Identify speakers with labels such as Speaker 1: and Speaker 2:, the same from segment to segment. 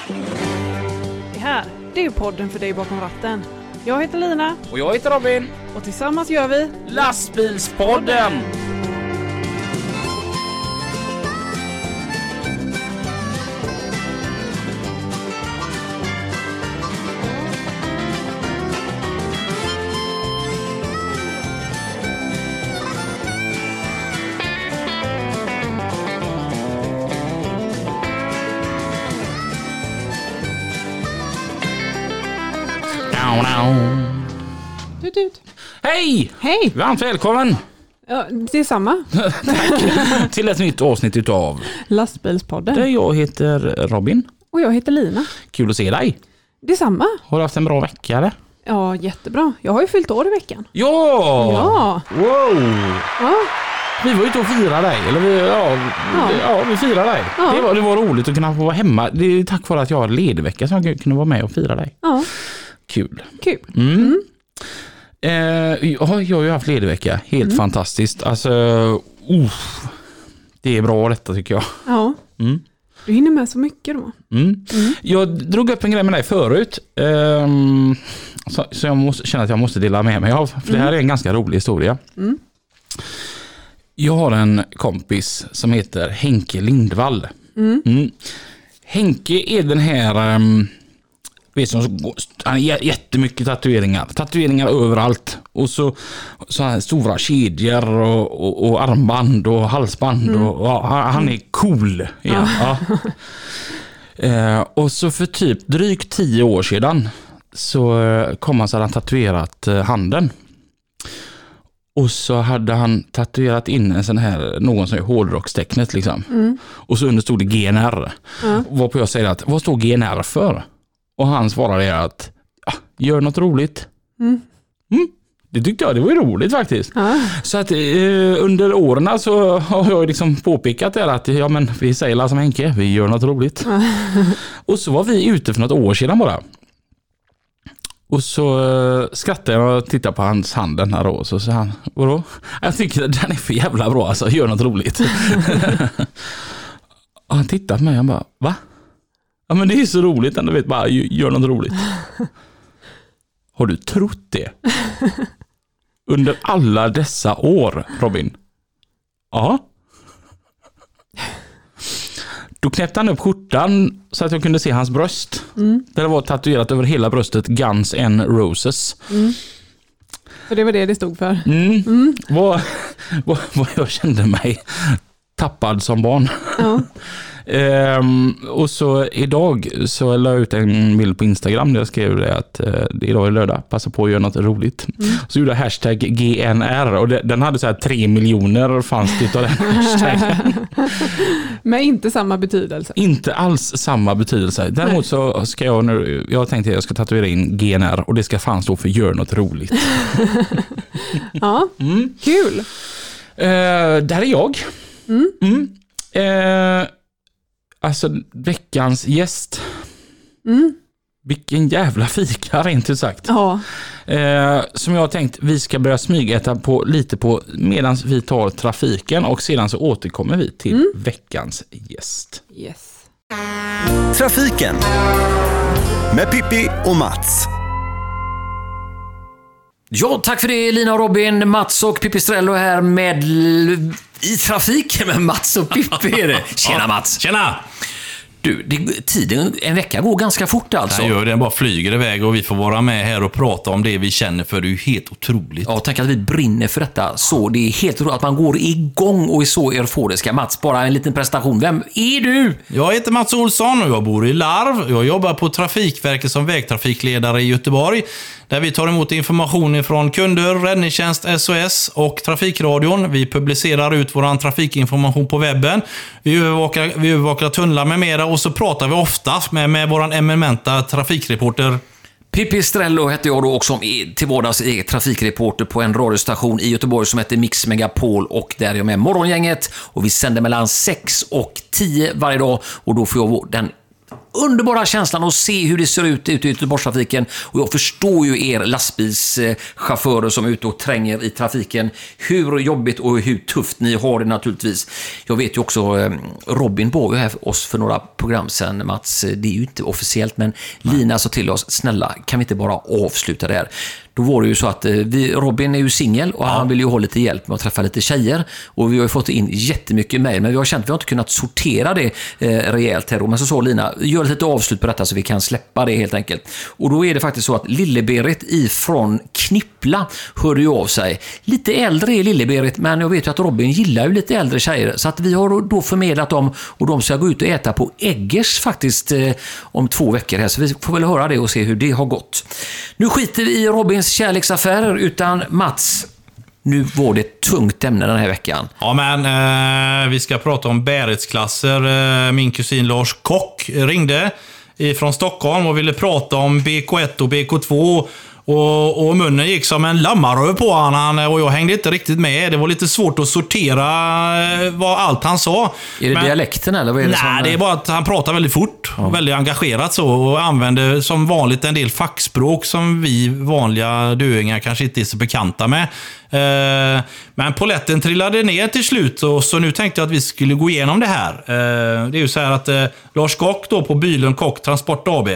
Speaker 1: Det här, det är podden för dig bakom ratten. Jag heter Lina.
Speaker 2: Och jag heter Robin.
Speaker 1: Och tillsammans gör vi
Speaker 2: Lastbilspodden!
Speaker 1: Tut.
Speaker 2: Hej!
Speaker 1: Hej!
Speaker 2: Varmt välkommen!
Speaker 1: Ja, det är samma.
Speaker 2: Tack! Till ett nytt avsnitt utav
Speaker 1: Lastbilspodden.
Speaker 2: där jag heter Robin.
Speaker 1: Och jag heter Lina.
Speaker 2: Kul att se dig.
Speaker 1: Det är samma.
Speaker 2: Har du haft en bra vecka eller?
Speaker 1: Ja, jättebra. Jag har ju fyllt år i veckan.
Speaker 2: Ja!
Speaker 1: Ja.
Speaker 2: Wow!
Speaker 1: Ja.
Speaker 2: Vi var ute och firade dig. Eller vi firade dig.
Speaker 1: Ja.
Speaker 2: Det var roligt att kunna få vara hemma. Det är tack vare att jag har ledig vecka som jag kunde vara med och fira dig.
Speaker 1: Ja.
Speaker 2: Kul.
Speaker 1: Mm.
Speaker 2: Jag har ju haft ledig vecka. Helt fantastiskt. Alltså, det är bra detta tycker jag.
Speaker 1: Ja.
Speaker 2: Mm.
Speaker 1: Du hinner med så mycket då.
Speaker 2: Jag drog upp en grej med dig förut. Så jag måste känna att jag måste dela med mig av. För det här är en ganska rolig historia. Jag har en kompis som heter Henke Lindvall. Henke är den här... han har jättemycket tatueringar överallt och så här stora kedjor och armband och halsband och han är cool och så för typ drygt 10 år sedan så kom han så hade han tatuerat handen och så hade han tatuerat in en sån här någon som är hårdrockstecknet liksom och så under stod det GNR varpå jag säger att vad står GNR för? Och han svarade att gör något roligt. Det tyckte jag, det var ju roligt faktiskt. Så att under åren så har jag liksom påpekat det att men vi säger som Henke, vi gör något roligt. Och så var vi ute för något år sedan bara. Och så skrattade jag och tittade på hans handen här och så sa han, vadå? Jag tycker att den är för jävla bra, alltså gör något roligt. Och han tittade på mig och bara, va? Ja men det är så roligt när du vet bara gör något roligt. Har du trott det? Under alla dessa år, Robin? Ja. Då knäppte han upp skjortan så att jag kunde se hans bröst. Där det var tatuerat över hela bröstet Guns N' Roses.
Speaker 1: För det var det stod för.
Speaker 2: Vad jag kände mig tappad som barn. Ja. Och så idag så la jag ut en bild på Instagram där jag skrev det att idag är lördag, passa på att göra något roligt. Så gjorde jag hashtag GNR och den hade så här 3 miljoner fanns det av den hashtaggen.
Speaker 1: Men inte samma betydelse.
Speaker 2: Inte alls samma betydelse. Däremot så ska jag tänkte att jag ska tatuera in GNR och det ska fan stå för gör något roligt.
Speaker 1: Ja, kul.
Speaker 2: Där är jag. Alltså veckans gäst. Vilken jävla fika rent ut sagt.
Speaker 1: Ja.
Speaker 2: Som jag har tänkt vi ska börja smygäta på lite på medans vi tar trafiken och sedan så återkommer vi till veckans gäst.
Speaker 1: Yes.
Speaker 3: Trafiken med Pippi och Mats.
Speaker 4: Ja, tack för det Lina och Robin, Mats och Pipistrello här med i trafiken med Mats och Pippi är det. Tjena Mats.
Speaker 5: Tjena!
Speaker 4: Du, tiden, en vecka går ganska fort alltså.
Speaker 5: Jag gör den bara flyger iväg och vi får vara med här och prata om det vi känner för det är ju helt otroligt.
Speaker 4: Ja, tänk att vi brinner för detta. Så det är helt otroligt att man går igång och är så euforiska. Mats, bara en liten presentation. Vem är du?
Speaker 5: Jag heter Mats Olsson och jag bor i Larv. Jag jobbar på Trafikverket som vägtrafikledare i Göteborg. Där vi tar emot information från kunder, räddningstjänst, SOS och Trafikradion. Vi publicerar ut vår trafikinformation på webben. Vi övervakar tunnlar med mera och så pratar vi ofta med vår eminenta trafikreporter.
Speaker 4: Pipistrello heter jag då och som är till vardags trafikreporter på en radiostation i Göteborg som heter Mix Megapol och där är jag med morgongänget och vi sänder mellan 6 och 10 varje dag och då får jag den underbara känslan att se hur det ser ut ute i Göteborgstrafiken. Och jag förstår ju er lastbilschaufförer som är ute och tränger i trafiken. Hur jobbigt och hur tufft ni har det naturligtvis. Jag vet ju också, Robin bor ju här för oss för några program sen, Mats. Det är ju inte officiellt, men Lina sa till oss, snälla, kan vi inte bara avsluta det här? Då var det ju så att Robin är ju singel och han vill ju ha lite hjälp med att träffa lite tjejer. Och vi har ju fått in jättemycket mejl, men vi har känt att vi har inte kunnat sortera det rejält här. Men så sa Lina, gör lite avslut på detta så vi kan släppa det helt enkelt. Och då är det faktiskt så att Lille-Berit ifrån Knippla hörde ju av sig. Lite äldre är Lille-Berit, men jag vet ju att Robin gillar ju lite äldre tjejer. Så att vi har då förmedlat dem och de ska gå ut och äta på Eggers faktiskt om 2 veckor här. Så vi får väl höra det och se hur det har gått. Nu skiter vi i Robins kärleksaffärer, utan Mats, nu var det ett tungt ämne den här veckan.
Speaker 5: Ja, men vi ska prata om bärighetsklasser. Min kusin Lars Kock ringde från Stockholm och ville prata om BK1 och BK2. Och munnen gick som en lammaröv på han och jag hängde inte riktigt med. Det var lite svårt att sortera vad allt han sa.
Speaker 4: Är det dialekten eller vad är det?
Speaker 5: Nej, det är bara att han pratar väldigt fort. Väldigt engagerat så. Och använder som vanligt en del fackspråk som vi vanliga döingar kanske inte är så bekanta med. Men poletten trillade ner till slut. Så nu tänkte jag att vi skulle gå igenom det här. Det är ju så här att Lars Kock då på Bylund Kock Transport AB.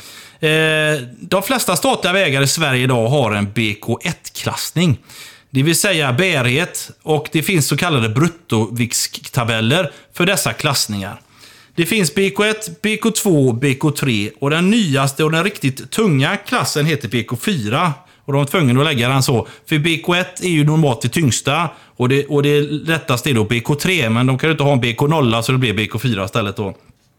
Speaker 5: De flesta statliga vägar i Sverige idag har en BK1-klassning. Det vill säga bärighet, och det finns så kallade bruttoviktstabeller för dessa klassningar. Det finns BK1, BK2, BK3 och den nyaste och den riktigt tunga klassen heter BK4. Och de är tvungna att lägga den så. För BK1 är ju normalt det tyngsta och det lättaste är då BK3, men de kan ju inte ha en BK0 så det blir BK4 istället då.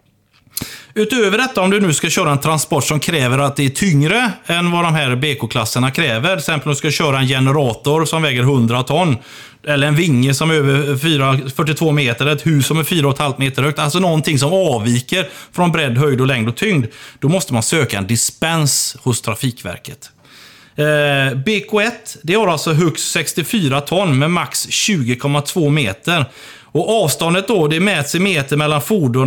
Speaker 5: Utöver detta, om du nu ska köra en transport som kräver att det är tyngre än vad de här BK-klasserna kräver, till exempel om du ska köra en generator som väger 100 ton, eller en vinge som är över 42 meter, ett hus som är 4,5 meter högt, alltså någonting som avviker från bredd, höjd och längd och tyngd, då måste man söka en dispens hos Trafikverket. BK1, det har alltså högst 64 ton med max 20,2 meter. Och avståndet då, det mäts i meter mellan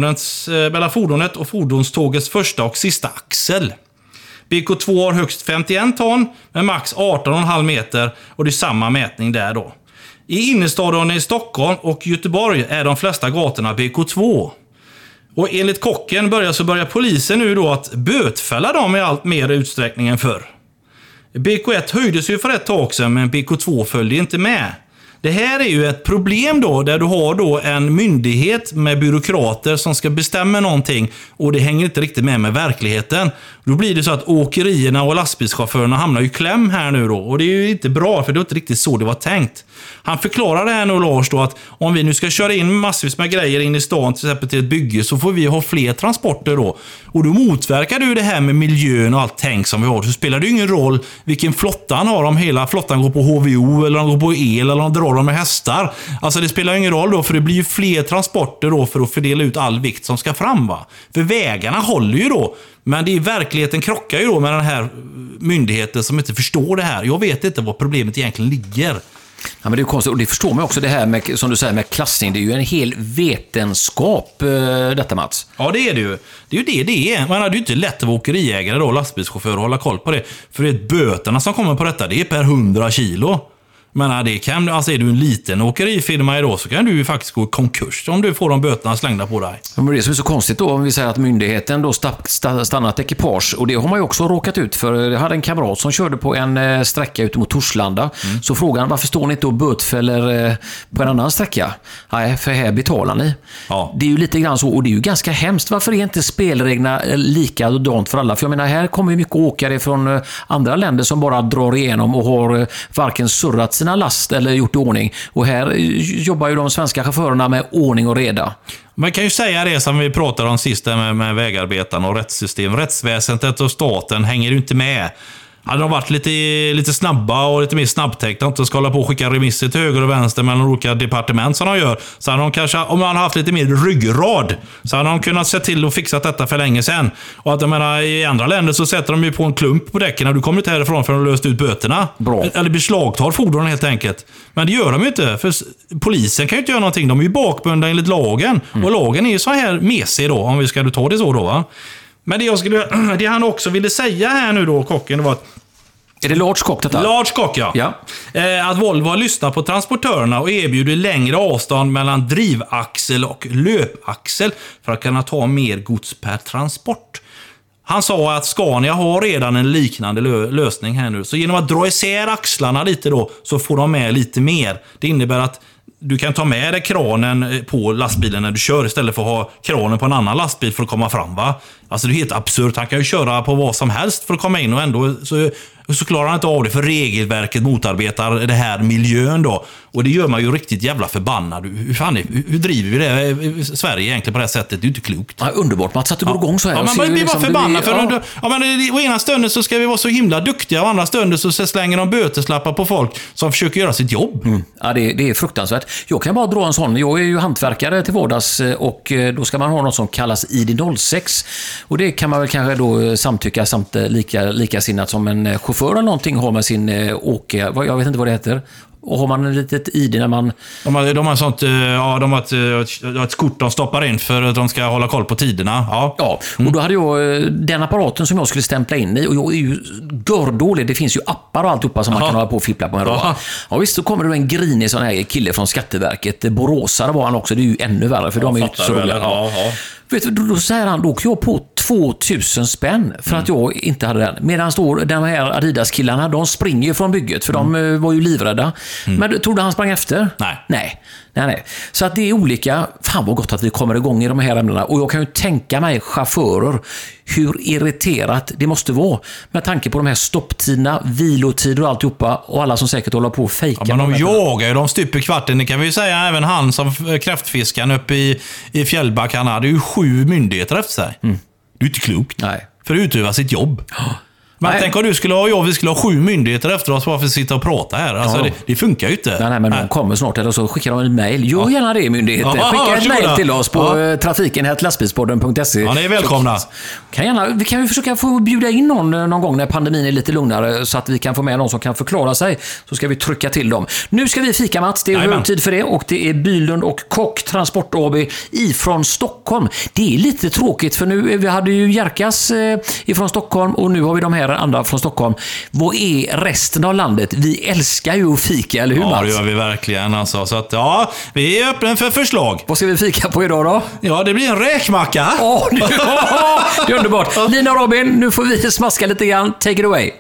Speaker 5: fordonet och fordonstågets första och sista axel. BK2 har högst 51 ton med max 18,5 meter och det är samma mätning där då. I innerstaden i Stockholm och Göteborg är de flesta gatorna BK2. Och enligt Kocken börjar polisen nu då att bötfälla dem i allt mer utsträckning än förr. BK1 höjdes ju för ett tag sedan, men BK2 följde inte med. Det här är ju ett problem då, där du har då en myndighet med byråkrater som ska bestämma någonting och det hänger inte riktigt med verkligheten. Då blir det så att åkerierna och lastbilschaufförerna hamnar i kläm här nu då, och det är ju inte bra för det är inte riktigt så det var tänkt. Han förklarar det här nu, Lars, då, att om vi nu ska köra in massvis med grejer in i stan, till exempel till ett bygge, så får vi ha fler transporter då. Och då motverkar du det här med miljön och allt tänk som vi har. Så spelar det ju ingen roll vilken flotta han har, om hela flottan går på HVO eller de går på el eller de drar dem med hästar. Alltså det spelar ingen roll då, för det blir ju fler transporter då för att fördela ut all vikt som ska fram, va. För vägarna håller ju då. Men det i verkligheten krockar ju då med den här myndigheten som inte förstår det här. Jag vet inte vad problemet egentligen ligger.
Speaker 4: Ja, men det är konstigt, och det förstår man också, det här med, som du säger, med klassning. Det är ju en hel vetenskap, detta, Mats.
Speaker 5: Ja, det är det ju. Det är ju det är. Man hade ju inte lätt att vara åkeriägare då, lastbilschaufför, och hålla koll på det. För det är böterna som kommer på detta, det är per 100 kilo. Men det kan, alltså är du en liten åkerifirma idag så kan du ju faktiskt gå i konkurs om du får de böterna slängda på dig.
Speaker 4: Men det är så konstigt då, om vi säger att myndigheten då stannar ett ekipage, och det har man ju också råkat ut för. Jag hade en kamrat som körde på en sträcka ut mot Torslanda. Så frågade han, varför står ni inte och bötfäller på en annan sträcka? Nej, för här betalar ni.
Speaker 5: Ja.
Speaker 4: Det är ju lite grann så, och det är ju ganska hemskt. Varför är inte spelreglerna likadant för alla? För jag menar, här kommer ju mycket åkare från andra länder som bara drar igenom och har varken surrat sina last eller gjort i ordning. Och här jobbar ju de svenska chaufförerna med ordning och reda.
Speaker 5: Man kan ju säga det som vi pratade om sist med vägarbetarna och rättssystem. Rättsväsendet och staten hänger ju inte med. Hade de varit lite snabba och lite mer snabbtänkta, inte ska hålla på och skicka remisser till höger och vänster mellan olika departement som de gör, så hade de kanske, om man hade haft lite mer ryggrad, så hade de kunnat se till att fixa detta för länge sedan. Och att jag menar, i andra länder så sätter de ju på en klump på däcken när du kommer ut härifrån för att löst ut böterna.
Speaker 4: Bra.
Speaker 5: Eller beslagtar fordonen helt enkelt. Men det gör de ju inte, för polisen kan ju inte göra någonting. De är ju bakbundna enligt lagen. Och lagen är ju så här mesig då, om vi ska ta det så då, va. Men det han också ville säga här nu då, kocken, det var att
Speaker 4: Är det Large Cock detta?
Speaker 5: Large Cock, ja. Att Volvo har lyssnat på transportörerna och erbjuder längre avstånd mellan drivaxel och löpaxel för att kunna ta mer gods per transport. Han sa att Scania har redan en liknande lösning här nu. Så genom att dra isär axlarna lite då, så får de med lite mer. Det innebär att du kan ta med dig kranen på lastbilen när du kör istället för att ha kranen på en annan lastbil för att komma fram, va? Alltså det är helt absurt. Han kan ju köra på vad som helst för att komma in och ändå så klarar han inte av det för regelverket motarbetar det här miljön då. Och det gör man ju riktigt jävla förbannad. Hur driver vi det i Sverige egentligen på det här sättet? Det är ju inte klokt.
Speaker 4: Ja, underbart Mats att du går igång så här.
Speaker 5: Ja, man blir bara förbannad. Å ena stunden så ska vi vara så himla duktiga och å andra stunden så slänger de böteslappar på folk som försöker göra sitt jobb.
Speaker 4: Ja, det är fruktansvärt. Jag kan bara dra en sån. Jag är ju hantverkare till vardags och då ska man ha något som kallas ID06. Och det kan man väl kanske då samtycka samt likasinnat som en chaufför eller någonting har med sin åker. Jag vet inte vad det heter. Och har man ett litet ID när man... De
Speaker 5: har sånt, de har ett kort de stoppar in för att de ska hålla koll på tiderna.
Speaker 4: Ja, och då hade jag den apparaten som jag skulle stämpla in i och jag är ju gördålig. Det finns ju appar och alltihopa som man kan hålla på och fippla på med. Ja visst, så kommer det en grinig sån här kille från Skatteverket. Boråsare var han också, det är ju ännu värre för de är ju inte så roliga. Vet du, då säger han, då åker jag på 2000 spänn för att jag inte hade den. Medan de här Adidas-killarna, de springer ju från bygget för de var ju livrädda. Men trodde han sprang efter? Nej. Så att det är olika. Fan vad gott att vi kommer igång i de här ämnena. Och jag kan ju tänka mig chaufförer hur irriterat det måste vara med tanke på de här stopptiderna, vilotider och alltihopa och alla som säkert håller på och fejkar.
Speaker 5: Ja, men de jagar ju, de stuper kvarten. Det kan vi ju säga även han som kräftfiskaren uppe i Fjällback, han hade ju 7 myndigheter efter sig. Det är ju inte klokt.
Speaker 4: Nej.
Speaker 5: För att utöva sitt jobb. Men tänk om du skulle ha jobb, vi skulle ha 7 myndigheter efter oss bara för att sitta och prata här. Alltså, det funkar ju inte.
Speaker 4: Nej, men de kommer snart eller så skickar de en mejl. Gör gärna det, myndigheter. Skicka ett mejl till oss på trafiken@lastbilspodden.se.
Speaker 5: Ja, ni är välkomna.
Speaker 4: Vi kan ju försöka få bjuda in någon gång när pandemin är lite lugnare så att vi kan få med någon som kan förklara sig. Så ska vi trycka till dem. Nu ska vi fika, Mats. Det är hög tid för det. Och det är Bylund och Kock Transport AB ifrån Stockholm. Det är lite tråkigt för nu vi hade ju Jerkas ifrån Stockholm och nu har vi de här andra från Stockholm. Vad är resten av landet? Vi älskar ju att fika, eller hur, Mats?
Speaker 5: Ja, det gör vi verkligen. Alltså. Så att, vi är öppna för förslag.
Speaker 4: Vad ska vi fika på idag då?
Speaker 5: Ja, det blir en räkmacka.
Speaker 4: Det är underbart. Lina och Robin, nu får vi smaska lite grann. Take it away.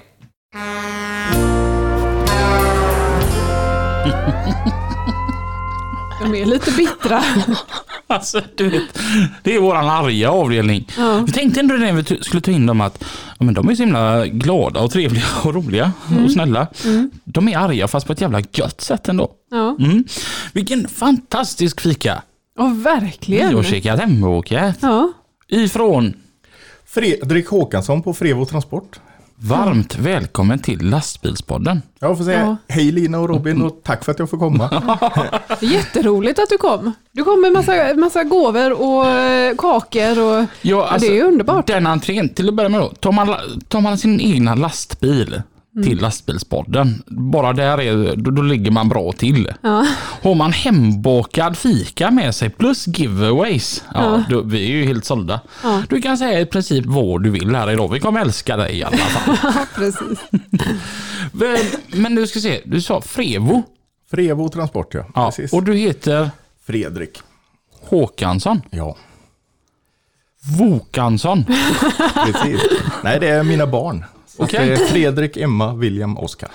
Speaker 1: De är lite bittra.
Speaker 2: Alltså, du vet, det är våran arga avdelning. Vi tänkte ändå när vi skulle ta in dem att men de är så himla glada och trevliga och roliga och snälla. De är arga fast på ett jävla gött sätt ändå. Vilken fantastisk fika.
Speaker 1: Ja, verkligen.
Speaker 2: Jag har käkat hemmaåka. Ifrån
Speaker 6: Fredrik Håkansson på Frevo Transport.
Speaker 2: Varmt välkommen till Lastbilspodden.
Speaker 6: Jag får säga hej Lina och Robin och tack för att jag får komma.
Speaker 1: Det är jätteroligt att du kom. Du kom med massa gåvor och kakor och det är underbart.
Speaker 2: Den entrén, till att börja med då, tar man sin egna lastbil till Lastbilspodden. Bara där då ligger man bra till. Har man hembakad fika med sig plus giveaways, vi är ju helt sålda. Du kan säga i princip vad du vill här idag. Vi kommer älska dig i alla fall.
Speaker 1: Precis.
Speaker 2: Men du ska se, du sa Frevo.
Speaker 6: Frevo Transport, ja. Precis.
Speaker 2: Och du heter?
Speaker 6: Fredrik
Speaker 2: Håkansson.
Speaker 6: Ja.
Speaker 2: Vokansson.
Speaker 6: Precis. Nej, det är mina barn. Okay. Det är Fredrik, Emma, William, Oskar.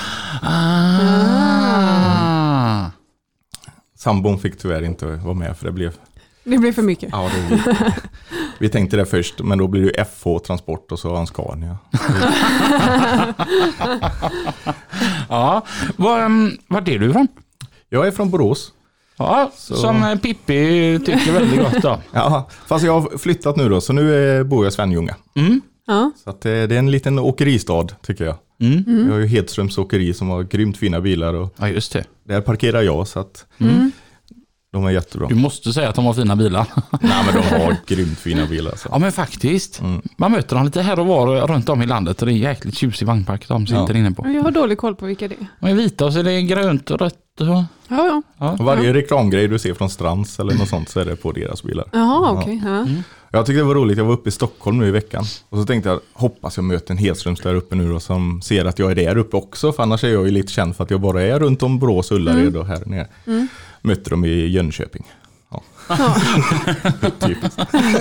Speaker 6: Sambon fick tyvärr inte vara med för det blev
Speaker 1: för mycket.
Speaker 6: Ja, vi tänkte det först, men då blir det FH Transport och så Scania.
Speaker 2: Var är du ifrån?
Speaker 6: Jag är från Borås.
Speaker 2: Ja, så. Som Pippi tycker väldigt gott då.
Speaker 6: Ja, fast jag har flyttat nu då, så nu bor jag i Svenljunga. Så att det är en liten åkeristad tycker jag. Jag har ju Hedströms åkeri som har grymt fina bilar. Och
Speaker 2: ja, just det.
Speaker 6: Där parkerar jag så att de är jättebra.
Speaker 2: Du måste säga att de har fina bilar.
Speaker 6: Nej, men de har grymt fina bilar. Så.
Speaker 2: Ja, men faktiskt. Man möter dem lite här och var runt om i landet och det är jäkligt tjusig vagnpark de sitter inne på.
Speaker 1: Jag har dålig koll på vilka det är.
Speaker 2: De är vita och så är det grönt och rött.
Speaker 6: Och varje reklamgrej du ser från Strands eller något sånt så är det på deras bilar.
Speaker 1: Jaha, okej.
Speaker 6: Jag tyckte det var roligt, jag var uppe i Stockholm nu i veckan. Och så tänkte jag, hoppas jag möter en Hedströms där uppe nu då, som ser att jag är där uppe också. För annars är jag ju lite känd för att jag bara är runt om Borås, Ullared och här nere. Mötte dem i Jönköping. Ja. Typiskt.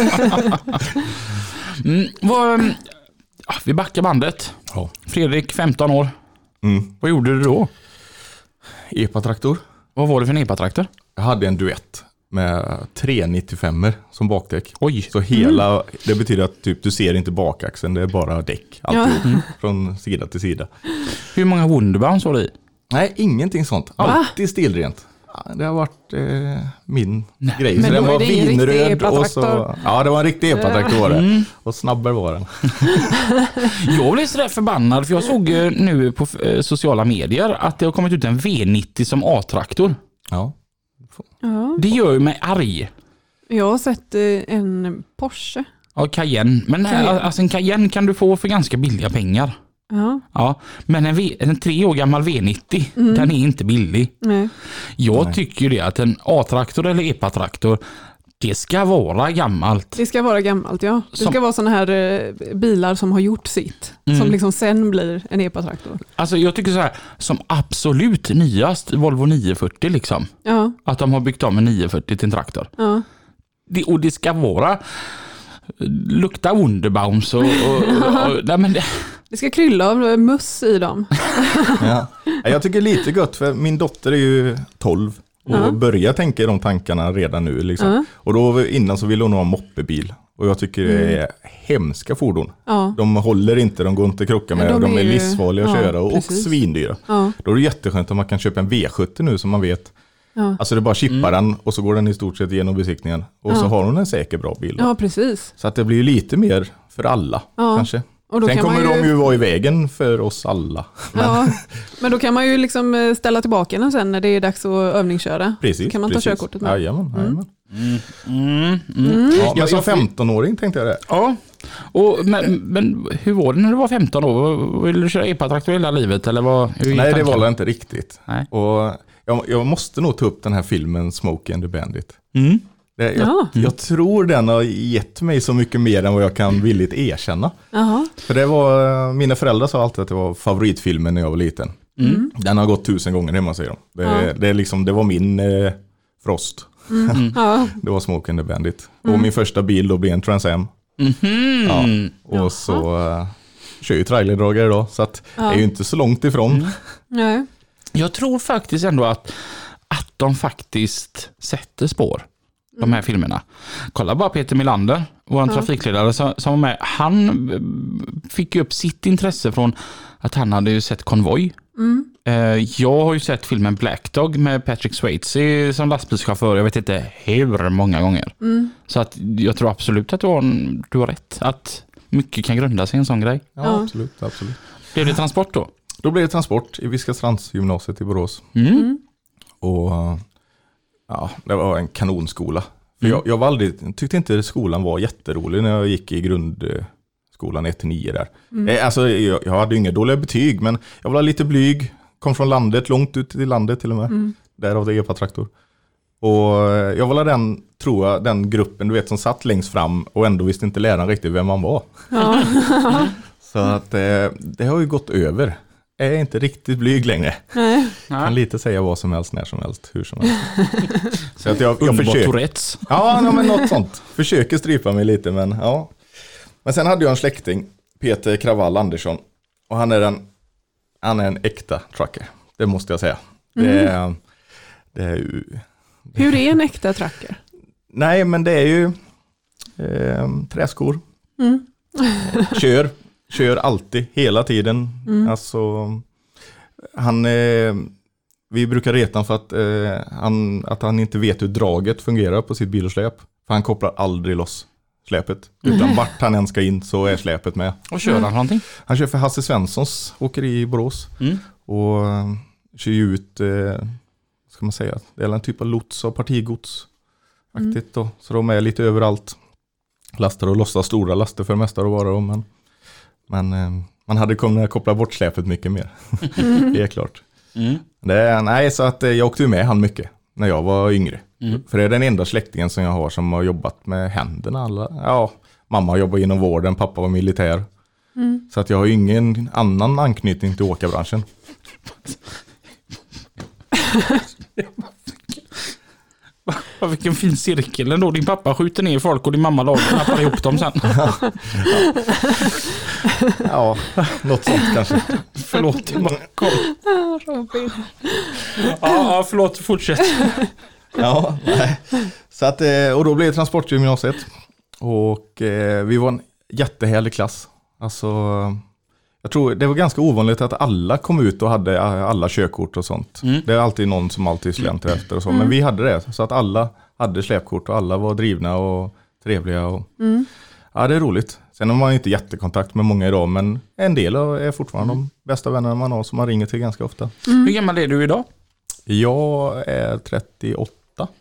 Speaker 2: Vi backar bandet.
Speaker 6: Ja.
Speaker 2: Fredrik, 15 år. Vad gjorde du då?
Speaker 6: Epa-traktor.
Speaker 2: Vad var det för en epa-traktor?
Speaker 6: Jag hade en duett med 395 som bakdäck.
Speaker 2: Oj.
Speaker 6: Så hela, det betyder att typ, du ser inte bakaxeln, det är bara däck. Alltid, från sida till sida.
Speaker 2: Hur många Wunderbaums var det i?
Speaker 6: Nej, ingenting sånt. Alltid stilrent. Ja, det har varit min grej.
Speaker 1: Men
Speaker 6: så den var
Speaker 1: det en
Speaker 6: vinröd och så... Ja, det var en riktig epa-traktor. Och snabbare var den.
Speaker 2: Jag blev sådär förbannad för jag såg nu på sociala medier att det har kommit ut en V90 som A-traktor.
Speaker 6: Ja.
Speaker 2: Det gör ju mig arg.
Speaker 1: Jag har sett en Porsche.
Speaker 2: Ja, Cayenne. Men alltså en Cayenne kan du få för ganska billiga pengar. Ja, men en 3 år gammal V90, den är inte billig.
Speaker 1: Nej.
Speaker 2: Jag tycker ju det att en A-traktor eller EPA-traktor, det ska vara gammalt.
Speaker 1: Det ska vara gammalt, ja. Det ska vara såna här bilar som har gjort sitt. Som liksom sen blir en EPA-traktor.
Speaker 2: Alltså jag tycker så här, som absolut nyast Volvo 940 liksom.
Speaker 1: Ja.
Speaker 2: Att de har byggt om en 940 till en traktor.
Speaker 1: Ja.
Speaker 2: Och det ska vara lukta Wunderbaums och nej, men
Speaker 1: det ska krylla av muss i dem.
Speaker 6: Ja. Jag tycker lite gott för min dotter är ju 12 och börjar tänka i de tankarna redan nu liksom. Och då innan så ville hon ha en moppebil och jag tycker det är hemska fordon. De håller inte, de går inte att krocka med, de är livsfarliga att köra och svindyra. Då är det jätteskönt om man kan köpa en V70 nu som man vet. Alltså det är bara chippa den och så går den i stort sett igenom besiktningen och så har hon en säker bra bil.
Speaker 1: Ja, precis.
Speaker 6: Så att det blir ju lite mer för alla kanske. Sen kommer de ju vara i vägen för oss alla.
Speaker 1: Men då kan man ju liksom ställa tillbaka den sen när det är dags att övningsköra.
Speaker 6: Precis.
Speaker 1: Kan man ta körkortet med.
Speaker 6: Jajamän. Ja, men som 15-åring tänkte jag det.
Speaker 2: Ja, men hur var det när du var 15 år? Ville du köra epa-traktor hela livet? Eller
Speaker 6: Nej, det var det inte riktigt.
Speaker 2: Nej.
Speaker 6: Och jag måste nog ta upp den här filmen Smokey and the Bandit. Jag tror den har gett mig så mycket mer än vad jag kan villigt erkänna. För det var, mina föräldrar sa alltid att det var favoritfilmen när jag var liten. Den har gått 1000 gånger hemma, säger de. Det är liksom, det var min Frost. Det var Smokey and the Bandit. Och min första bil då blev en Trans Am. Och så kör ju trailerdragare då. Så att det är ju inte så långt ifrån.
Speaker 1: Nej.
Speaker 2: Jag tror faktiskt ändå att de faktiskt sätter spår, de här filmerna. Kolla bara Peter Melander, vår trafikledare som var med. Han fick ju upp sitt intresse från att han hade ju sett Konvoj. Jag har ju sett filmen Black Dog med Patrick Swayze som lastbilschaufför. Jag vet inte hur många gånger. Så att jag tror absolut att du har rätt. Att mycket kan grunda sig i en sån grej.
Speaker 6: Ja, absolut.
Speaker 2: Blev det transport då?
Speaker 6: Då blev det transport i Viskastrandsgymnasiet i Borås. Och det var en kanonskola. För jag tyckte inte skolan var jätterolig när jag gick i grundskolan 1-9 där. Alltså, jag hade ju inga dåliga betyg, men jag var lite blyg. Kom från landet, långt ut i landet till och med. Därav det epa-traktor. Och jag var den gruppen du vet som satt längst fram och ändå visste inte läraren riktigt vem man var. Så att det har ju gått över. Jag är inte riktigt blyg längre. Nej. Kan lite säga vad som helst, när som helst, hur som helst. Så att jag försöker.
Speaker 2: Tourettes.
Speaker 6: Ja, men något sånt. Försöker strypa mig lite, men ja. Men sen hade jag en släkting, Peter Kravall Andersson. Och han är en äkta trucker. Det måste jag säga.
Speaker 1: Hur är en äkta trucker?
Speaker 6: Nej, men det är ju träskor. Kör alltid, hela tiden. Alltså, vi brukar reta för att han inte vet hur draget fungerar på sitt bilsläp. För han kopplar aldrig loss släpet. Utan vart han än ska in så är släpet med.
Speaker 2: Och kör han någonting?
Speaker 6: Han kör för Hasse Svenssons åkeri i Borås. Och kör ju ut, ska man säga, det är en typ av lots och partigods. Faktiskt då. Så de är lite överallt. Lastar och lossar stora laster för det mesta att vara om. Men man hade kunnat koppla bort släpet mycket mer. Det är klart. Så att jag åkte med han mycket när jag var yngre. För det är den enda släktingen som jag har som har jobbat med händerna. Mamma jobbar inom vården, pappa var militär. Så att jag har ju ingen annan anknytning till åkarbranschen.
Speaker 2: Vilken fin cirkel ändå. Din pappa skjuter ner folk och din mamma lagar ihop dem sen.
Speaker 6: Ja, något sånt kanske.
Speaker 2: Förlåt. Ja, förlåt. Fortsätt.
Speaker 6: Ja, nej. Så att, och då blev det transportgymnasiet. Och vi var en jättehärlig klass. Alltså, jag tror det var ganska ovanligt att alla kom ut och hade alla körkort och sånt. Det är alltid någon som alltid slänter efter och så. Men vi hade det, så att alla hade släpkort och alla var drivna och trevliga. Och, ja, det är roligt. Sen har man inte jättekontakt med många idag, men en del är fortfarande de bästa vännerna man har som man ringer till ganska ofta.
Speaker 2: Hur gammal är du idag?
Speaker 6: Jag är 38.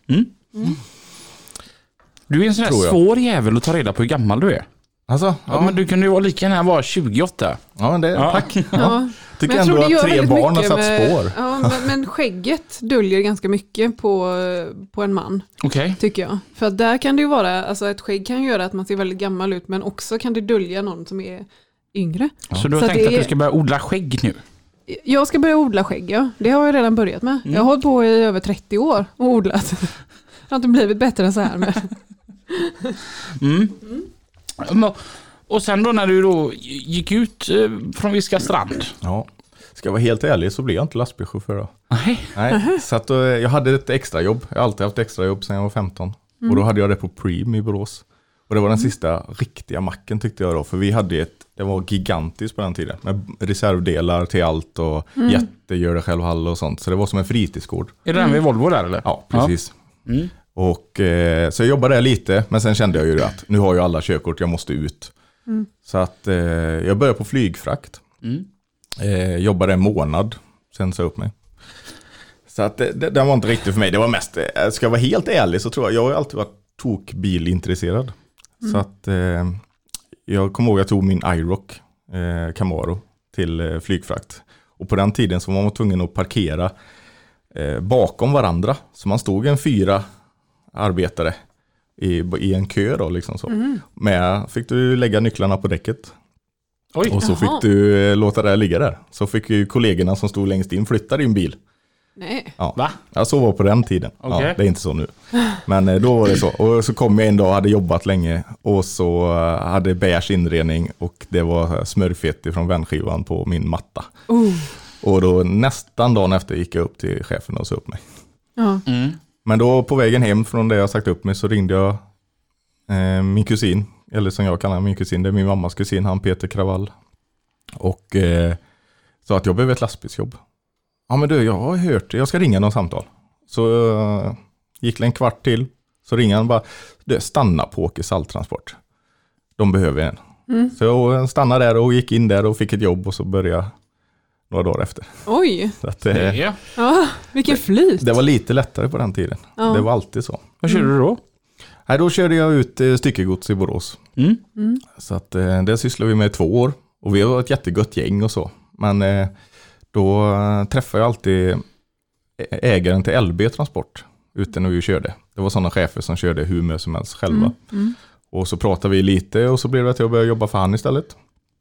Speaker 2: Du är en sån här svår jävel att ta reda på hur gammal du är.
Speaker 6: Alltså,
Speaker 2: ja, men du kunde ju vara lika gärna vara 28.
Speaker 6: Ja, men det tack.
Speaker 1: Ja.
Speaker 6: Tycker ändå att 3 barn har satt spår.
Speaker 1: Ja, men skägget döljer ganska mycket på en man.
Speaker 2: Okej.
Speaker 1: Tycker jag. För att där kan det ju vara, alltså ett skägg kan göra att man ser väldigt gammal ut, men också kan det dölja någon som är yngre.
Speaker 2: Ja. Så du har tänkt att du ska börja odla skägg nu?
Speaker 1: Jag ska börja odla skägg, ja. Det har jag redan börjat med. Jag har hållit på i över 30 år och odlat. Jag har inte blivit bättre än så här med.
Speaker 2: Och sen då när du då gick ut från Viska strand?
Speaker 6: Ja, ska jag vara helt ärlig så blev jag inte lastbilschaufför då.
Speaker 2: Nej.
Speaker 6: Så att, jag hade ett extra jobb. Jag har alltid haft extra jobb sedan jag var 15. Och då hade jag det på Preem i Borås. Och det var den sista riktiga macken tyckte jag då. För vi hade det var gigantiskt på den tiden. Med reservdelar till allt och gör det själv hall och sånt. Så det var som en fritidsgård.
Speaker 2: Är det den vid Volvo där eller?
Speaker 6: Ja, precis. Ja. Och så jag jobbade där lite. Men sen kände jag ju att nu har jag alla körkort, jag måste ut. Så att jag började på flygfrakt. Jobbade en månad. Sen sa jag upp mig. Så att det var inte riktigt för mig. Det var mest, ska jag vara helt ärlig så tror jag har alltid varit tokbilintresserad. Så att jag kommer ihåg att jag tog min iRock Camaro till flygfrakt. Och på den tiden så var man tvungen att parkera bakom varandra. Så man stod en 4 arbetare i en kö då liksom så. Men fick du lägga nycklarna på däcket.
Speaker 2: Oj.
Speaker 6: Och så fick du låta det ligga där. Så fick ju kollegorna som stod längst in flytta din bil.
Speaker 1: Nej.
Speaker 6: Ja.
Speaker 2: Va?
Speaker 6: Ja, så var på den tiden.
Speaker 2: Okay.
Speaker 6: Ja, det är inte så nu. Men då var det så. Och så kom jag en dag, hade jobbat länge och så hade beige inredning och det var smörfett från vänskivan på min matta. Och då nästan dagen efter gick jag upp till chefen och sa upp mig. Men då på vägen hem från det jag sagt upp mig så ringde jag min kusin, eller som jag kallar min kusin, det är min mammas kusin, han Peter Kravall. Och sa att jag behöver ett lastbilsjobb. Ja men du, jag har hört, jag ska ringa någon samtal. Så gick det en kvart till, så ringade han bara, stanna på Åke salttransport. De behöver en. Så jag stannade där och gick in där och fick ett jobb och så började några dagar efter.
Speaker 1: Oj,
Speaker 6: så att,
Speaker 1: ja, vilken flyt.
Speaker 6: Det var lite lättare på den tiden. Ja. Det var alltid så.
Speaker 2: Vad körde du då?
Speaker 6: Nej, då körde jag ut styckegods i Borås. Så att, det sysslade vi med i 2 år. Och vi var ett jättegött gäng och så. Men då träffade jag alltid ägaren till LB Transport ute när vi körde. Det var sådana chefer som körde hur mycket som helst själva. Och så pratade vi lite och så blev det att jag började jobba för han istället.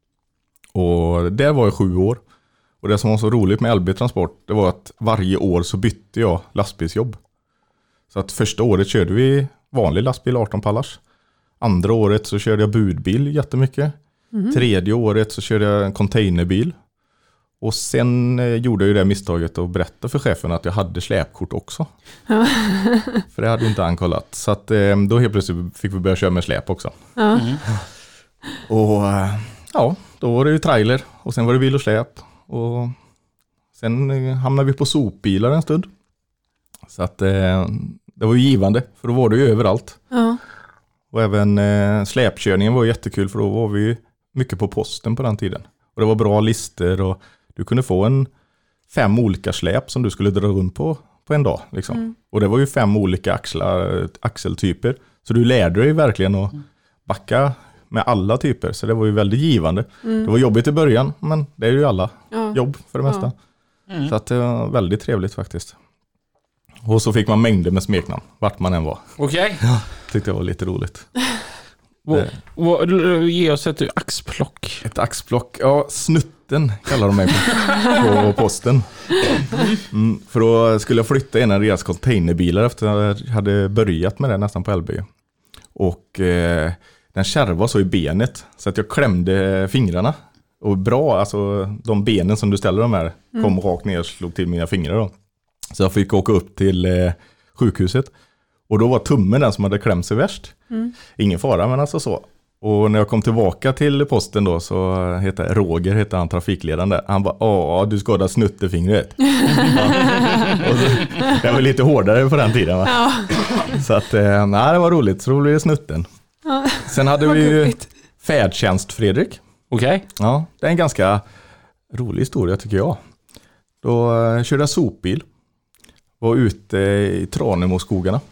Speaker 6: Och där var jag 7 år. Och det som var så roligt med LB Transport, det var att varje år så bytte jag lastbilsjobb. Så att första året körde vi vanlig lastbil 18 pallars. Andra året så körde jag budbil jättemycket. Tredje året så körde jag en containerbil. Och sen gjorde jag ju det misstaget att berätta för chefen att jag hade släpkort också. För det hade inte han kollat. Så att då helt plötsligt fick vi börja köra med släp också. Och ja, då var det ju trailer och sen var det bil och släp. Och sen hamnade vi på sopbilar en stund. Så att det var ju givande, för då var det ju överallt. Och även släpkörningen var jättekul, för då var vi ju mycket på posten på den tiden. Och det var bra lister och du kunde få 5 olika släp som du skulle dra runt på en dag. Liksom. Och det var ju 5 olika axeltyper. Så du lärde dig verkligen att backa med alla typer. Så det var ju väldigt givande. Det var jobbigt i början, men det är ju alla jobb för det mesta. Så att det var väldigt trevligt faktiskt. Och så fick man mängder med smeknamn, vart man än var.
Speaker 2: Okej.
Speaker 6: Tyckte jag var lite roligt.
Speaker 2: Ge oss ett axplock.
Speaker 6: Ett axplock, ja, Snutten kallar de mig på posten. För då skulle jag flytta en av deras containerbilar efter att jag hade börjat med det nästan på LB. Och den kärva var så i benet så att jag klämde fingrarna. Och bra, alltså de benen som du ställer de här kom rakt ner och slog till mina fingrar då. Så jag fick åka upp till sjukhuset. Och då var tummen den som hade klämt sig värst. Ingen fara, men alltså så. Och när jag kom tillbaka till posten då så heter han trafikledaren där. Han bara, du skadade snuttefingret. Och så, jag var lite hårdare på den tiden va? Ja. Så att, nej det var roligt. Så då blev det Snutten. Ja. Sen hade vi ju färdtjänst Fredrik.
Speaker 2: Okej.
Speaker 6: Ja, det är en ganska rolig historia tycker jag. Då körde jag sopbil. Var ute i Tranemo-skogarna.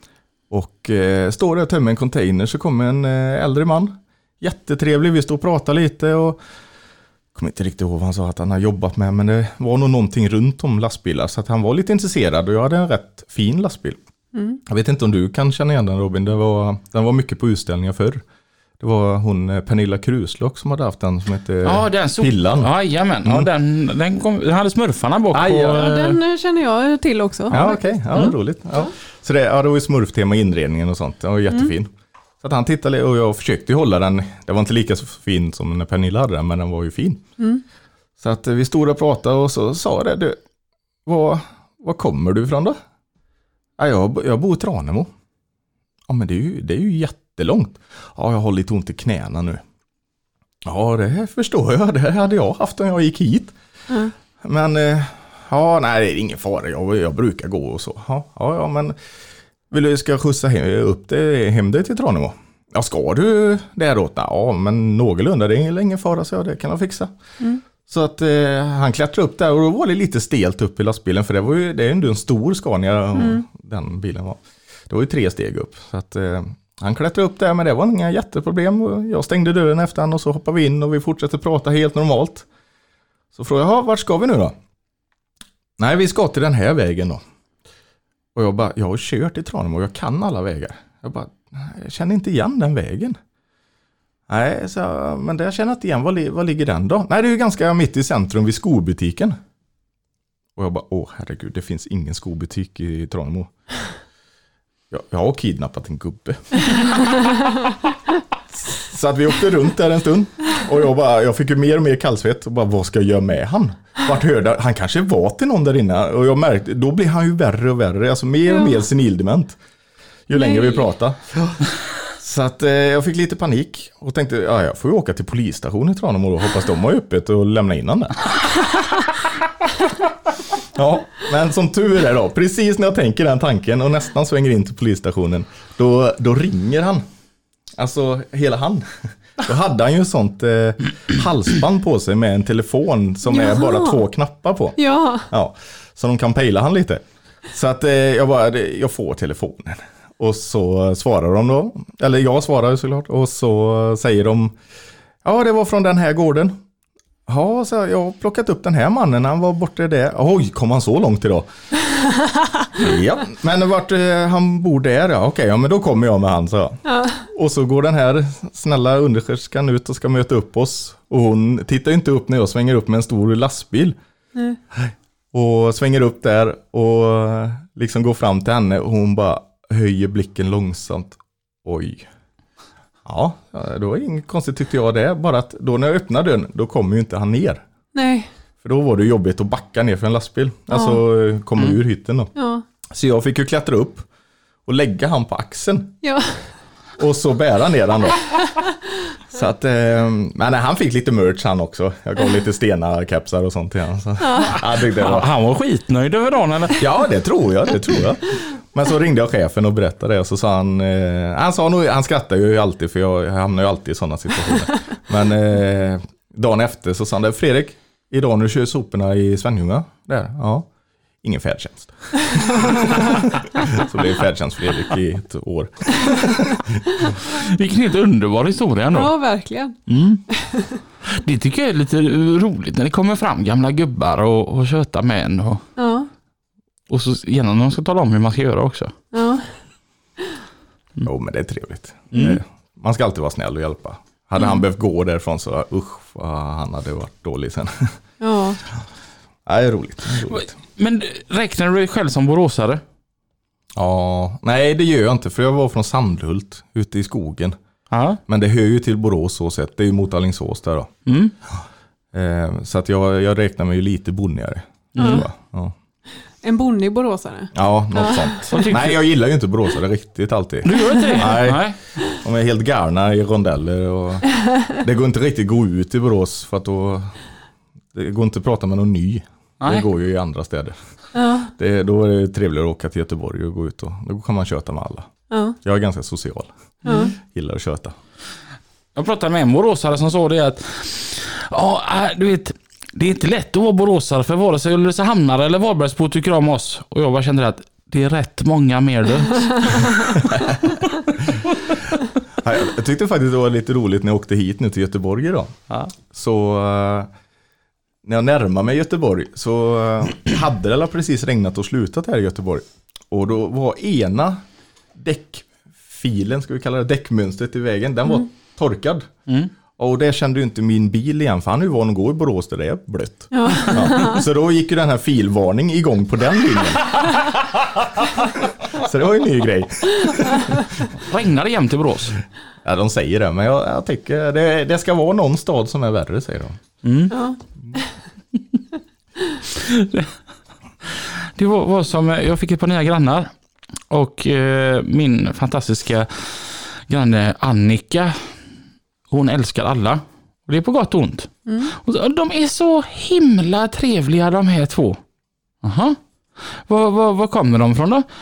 Speaker 6: Och står där och tömmer en container så kommer en äldre man. Jättetrevlig, vi stod och pratade lite och kommer inte riktigt ihåg vad han sa att han har jobbat med. Men det var nog någonting runt om lastbilar så att han var lite intresserad och jag hade en rätt fin lastbil. Jag vet inte om du kan känna igen den Robin, den var mycket på utställningar förr. Det var hon Pernilla Kruslock som hade haft den som hette Pillan.
Speaker 2: Ja, jajamän. Ja, den hade smurfarna bak på.
Speaker 1: Ja, den känner jag till också.
Speaker 6: Ja, okej. Ja, roligt. Ja. Så det var ju smurftema i inredningen och sånt. Det var jättefin. Så att han tittade och jag försökte hålla den. Det var inte lika så fin som när Pernilla hade den, men den var ju fin. Så att vi stod och pratade och så sa det, du, var kommer du ifrån då? Ja, jag bor i Tranemo. Ja, men det är ju jättelångt. Ja, jag har lite ont i knäna nu. Ja, det förstår jag. Det hade jag haft om jag gick hit. Men, nej, det är ingen fara. Jag brukar gå och så. Ja, men vill du ska skjutsa hem dig till Tranemo? Ja, ska du det då? Ja, men någorlunda. Det är ingen fara, så det kan jag fixa. Så att han klättrade upp där och då var det lite stelt upp i lastbilen. För det är ändå en stor Scania den bilen var. Det var ju 3 steg upp. Så att han klättrade upp där men det var inga jätteproblem. Jag stängde dörren efter han och så hoppade vi in och vi fortsatte prata helt normalt. Så frågade jag, vart ska vi nu då? Nej, vi ska till den här vägen då. Och jag har kört i Tranemo och jag kan alla vägar. Jag känner inte igen den vägen. Nej, men det jag känner inte igen, var ligger den då? Nej, det är ju ganska mitt i centrum vid skobutiken. Och jag bara, herregud, det finns ingen skobutik i Tranemo. Jag har kidnappat en gubbe. Så att vi åkte runt där en stund. Och jag fick ju mer och mer kallsvett. Och bara, vad ska jag göra med han? Vart hörde han? Kanske var till någon där inne. Och jag märkte, då blir han ju värre och värre. Alltså mer och mer senildement. Ju längre vi pratar. Så att jag fick lite panik. Och tänkte, jag får ju åka till polisstationen i Tranemo och hoppas de har öppet och lämna in han där. Ja, men som tur är då, precis när jag tänker den tanken och nästan svänger in till polisstationen, då ringer han. Alltså hela han. Då hade han ju sånt halsband på sig med en telefon som är bara 2 knappar på. Ja. Så de kan pejla han lite. Så att jag får telefonen. Och så svarar de då, eller jag svarar såklart, och så säger de, ja det var från den här gården. Ja, så jag har plockat upp den här mannen, han var borta där. Oj, kom han så långt idag? Ja, men vart han bor där, ja okej, ja men då kommer jag med han, så. Ja. Och så går den här snälla undersköterskan ut och ska möta upp oss. Och hon tittar inte upp när jag svänger upp med en stor lastbil. Och svänger upp där och liksom går fram till henne och hon bara höjer blicken långsamt. Oj. Ja, det var inget konstigt tyckte jag det. Bara att då när jag öppnade dörren, då kommer ju inte han ner. Nej. För då var det jobbigt att backa ner för en lastbil. Ja. Alltså komma ur hytten då. Ja. Så jag fick ju klättra upp och lägga han på axeln. Ja. Och så bära ner han då. Så att, men han fick lite merch han också. Jag gav lite stenar, kapsar och sånt till han. Så. Ja.
Speaker 2: Han var skitnöjd över dagen eller?
Speaker 6: Ja, det tror jag. Men så ringde jag chefen och berättade det och så sa han skrattar ju alltid för jag hamnar ju alltid i sådana situationer. Men dagen efter så sa han, Fredrik, idag när du kör soporna i Svenljunga, där, ja, ingen färdtjänst. Så blev färdtjänst Fredrik i ett år.
Speaker 2: Vilken helt underbar historia ändå.
Speaker 1: Ja, verkligen.
Speaker 2: Det tycker jag är lite roligt när det kommer fram gamla gubbar och köta med en. Ja. Och så gärna någon ska tala om hur man ska göra också.
Speaker 1: Ja.
Speaker 6: Jo, men det är trevligt. Man ska alltid vara snäll och hjälpa. Hade han behövt gå därifrån så han hade varit dålig sen.
Speaker 1: Ja.
Speaker 6: Det är roligt.
Speaker 2: Men räknar du dig själv som boråsare?
Speaker 6: Ja, nej det gör jag inte för jag var från Sandhult ute i skogen.
Speaker 2: Ja.
Speaker 6: Men det hör ju till Borås så sett. Det är ju mot Alingsås där då. Så att jag räknar mig ju lite bonnigare. Ja.
Speaker 1: En bonnig boråsare.
Speaker 6: Ja, något sånt. Nej, jag gillar ju inte boråsare riktigt alltid.
Speaker 2: Du gör inte det?
Speaker 6: Nej. De är helt garna i rondeller. Och det går inte riktigt gå ut i Borås för att då... Det går inte att prata med någon ny. Nej. Det går ju i andra städer. Ja. Då är det trevligare att åka till Göteborg och gå ut. Och då kan man köta med alla. Ja. Jag är ganska social. Gillar att köta.
Speaker 2: Jag pratade med en boråsare som sa det att du vet, det är inte lätt att vara boråsare för vare sig Ulricehamnare eller Varbergsbo tycker om oss. Och jag bara kände att det är rätt många mer du.
Speaker 6: Jag tyckte faktiskt det var lite roligt när jag åkte hit nu till Göteborg idag. Ja. Så när jag närmade mig Göteborg så hade det precis regnat och slutat här i Göteborg. Och då var ena däckfilen, ska vi kalla det, däckmönstret i vägen, den var torkad. Och det kände ju inte min bil igen, för han är ju van att gå i Borås där det är blött. Ja. Så då gick ju den här filvarning igång på den linjen. Så det var ju en ny grej.
Speaker 2: Regnar det jämt i Borås?
Speaker 6: Ja, de säger det, men jag tycker det ska vara någon stad som är värre, säger de.
Speaker 1: Ja.
Speaker 2: Det var som, jag fick ett par nya grannar och min fantastiska granne Annika, hon älskar alla. Och det är på gott och ont. Och de är så himla trevliga de här två. Aha. Var kommer de från då?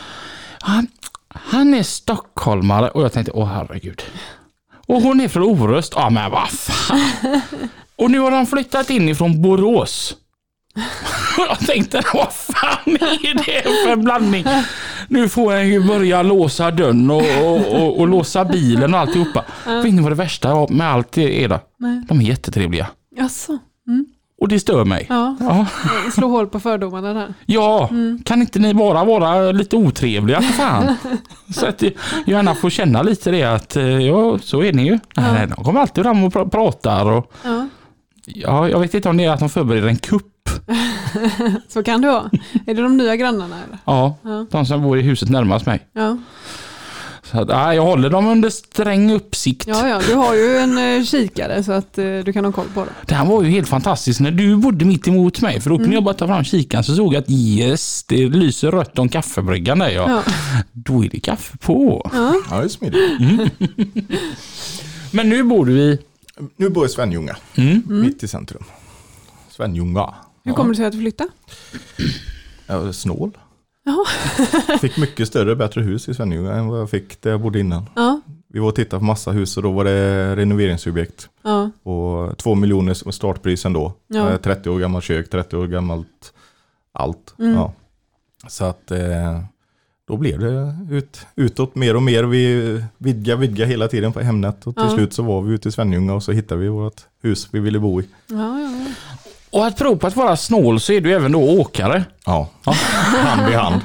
Speaker 2: Han är stockholmare och jag tänkte, herregud. Och hon är från Orust. Ja, men vad fan. Och nu har de flyttat in ifrån Borås. Och jag tänkte, vad fan är det för blandning? Nu får jag ju börja låsa dörren och låsa bilen och alltihopa. Vet ni vad det värsta med allt är då? Nej. De är jättetrevliga.
Speaker 1: Jaså?
Speaker 2: Och det stör mig.
Speaker 1: Ja. Slå hål på fördomarna där.
Speaker 2: Ja, kan inte ni bara vara lite otrevliga för fan? Så att jag gärna får känna lite det att så är ni ju. Nej, de kommer alltid fram och pratar. Och, jag vet inte om det är att de förbereder en kupp.
Speaker 1: Så kan det vara. Är det de nya grannarna? Eller?
Speaker 2: Ja, de som bor i huset närmast mig.
Speaker 1: Ja.
Speaker 2: Så att, jag håller dem under sträng uppsikt.
Speaker 1: Ja, du har ju en kikare så att du kan ha koll på det.
Speaker 2: Det här var ju helt fantastiskt när du bodde mitt emot mig. För då kunde jag bara ta fram kikaren så såg jag att det lyser rött om kaffebryggan där. Ja. Då är det kaffe på.
Speaker 6: Ja, det är smidigt.
Speaker 2: Men nu bor du i?
Speaker 6: Nu bor jag i Svenljunga. Mitt i centrum. Svenljunga.
Speaker 1: Hur kommer det sig att du flyttade?
Speaker 6: Jag är snål.
Speaker 1: Jaha.
Speaker 6: Fick mycket större, bättre hus i Svenljunga än vad jag fick där jag bodde innan. Ja. Vi var och tittade på massa hus och då var det renoveringsobjekt. Ja. Och 2 miljoner startprisen då. Ja. 30 år gammalt kök, 30 år gammalt allt. Ja. Så att då blev det utåt mer och mer. Vi vidga hela tiden på Hemnet. Och till slut så var vi ute i Svenljunga och så hittade vi vårt hus vi ville bo i.
Speaker 1: Ja.
Speaker 2: Och att prova på att vara snål så är du även då åkare.
Speaker 6: Ja. Hand i hand.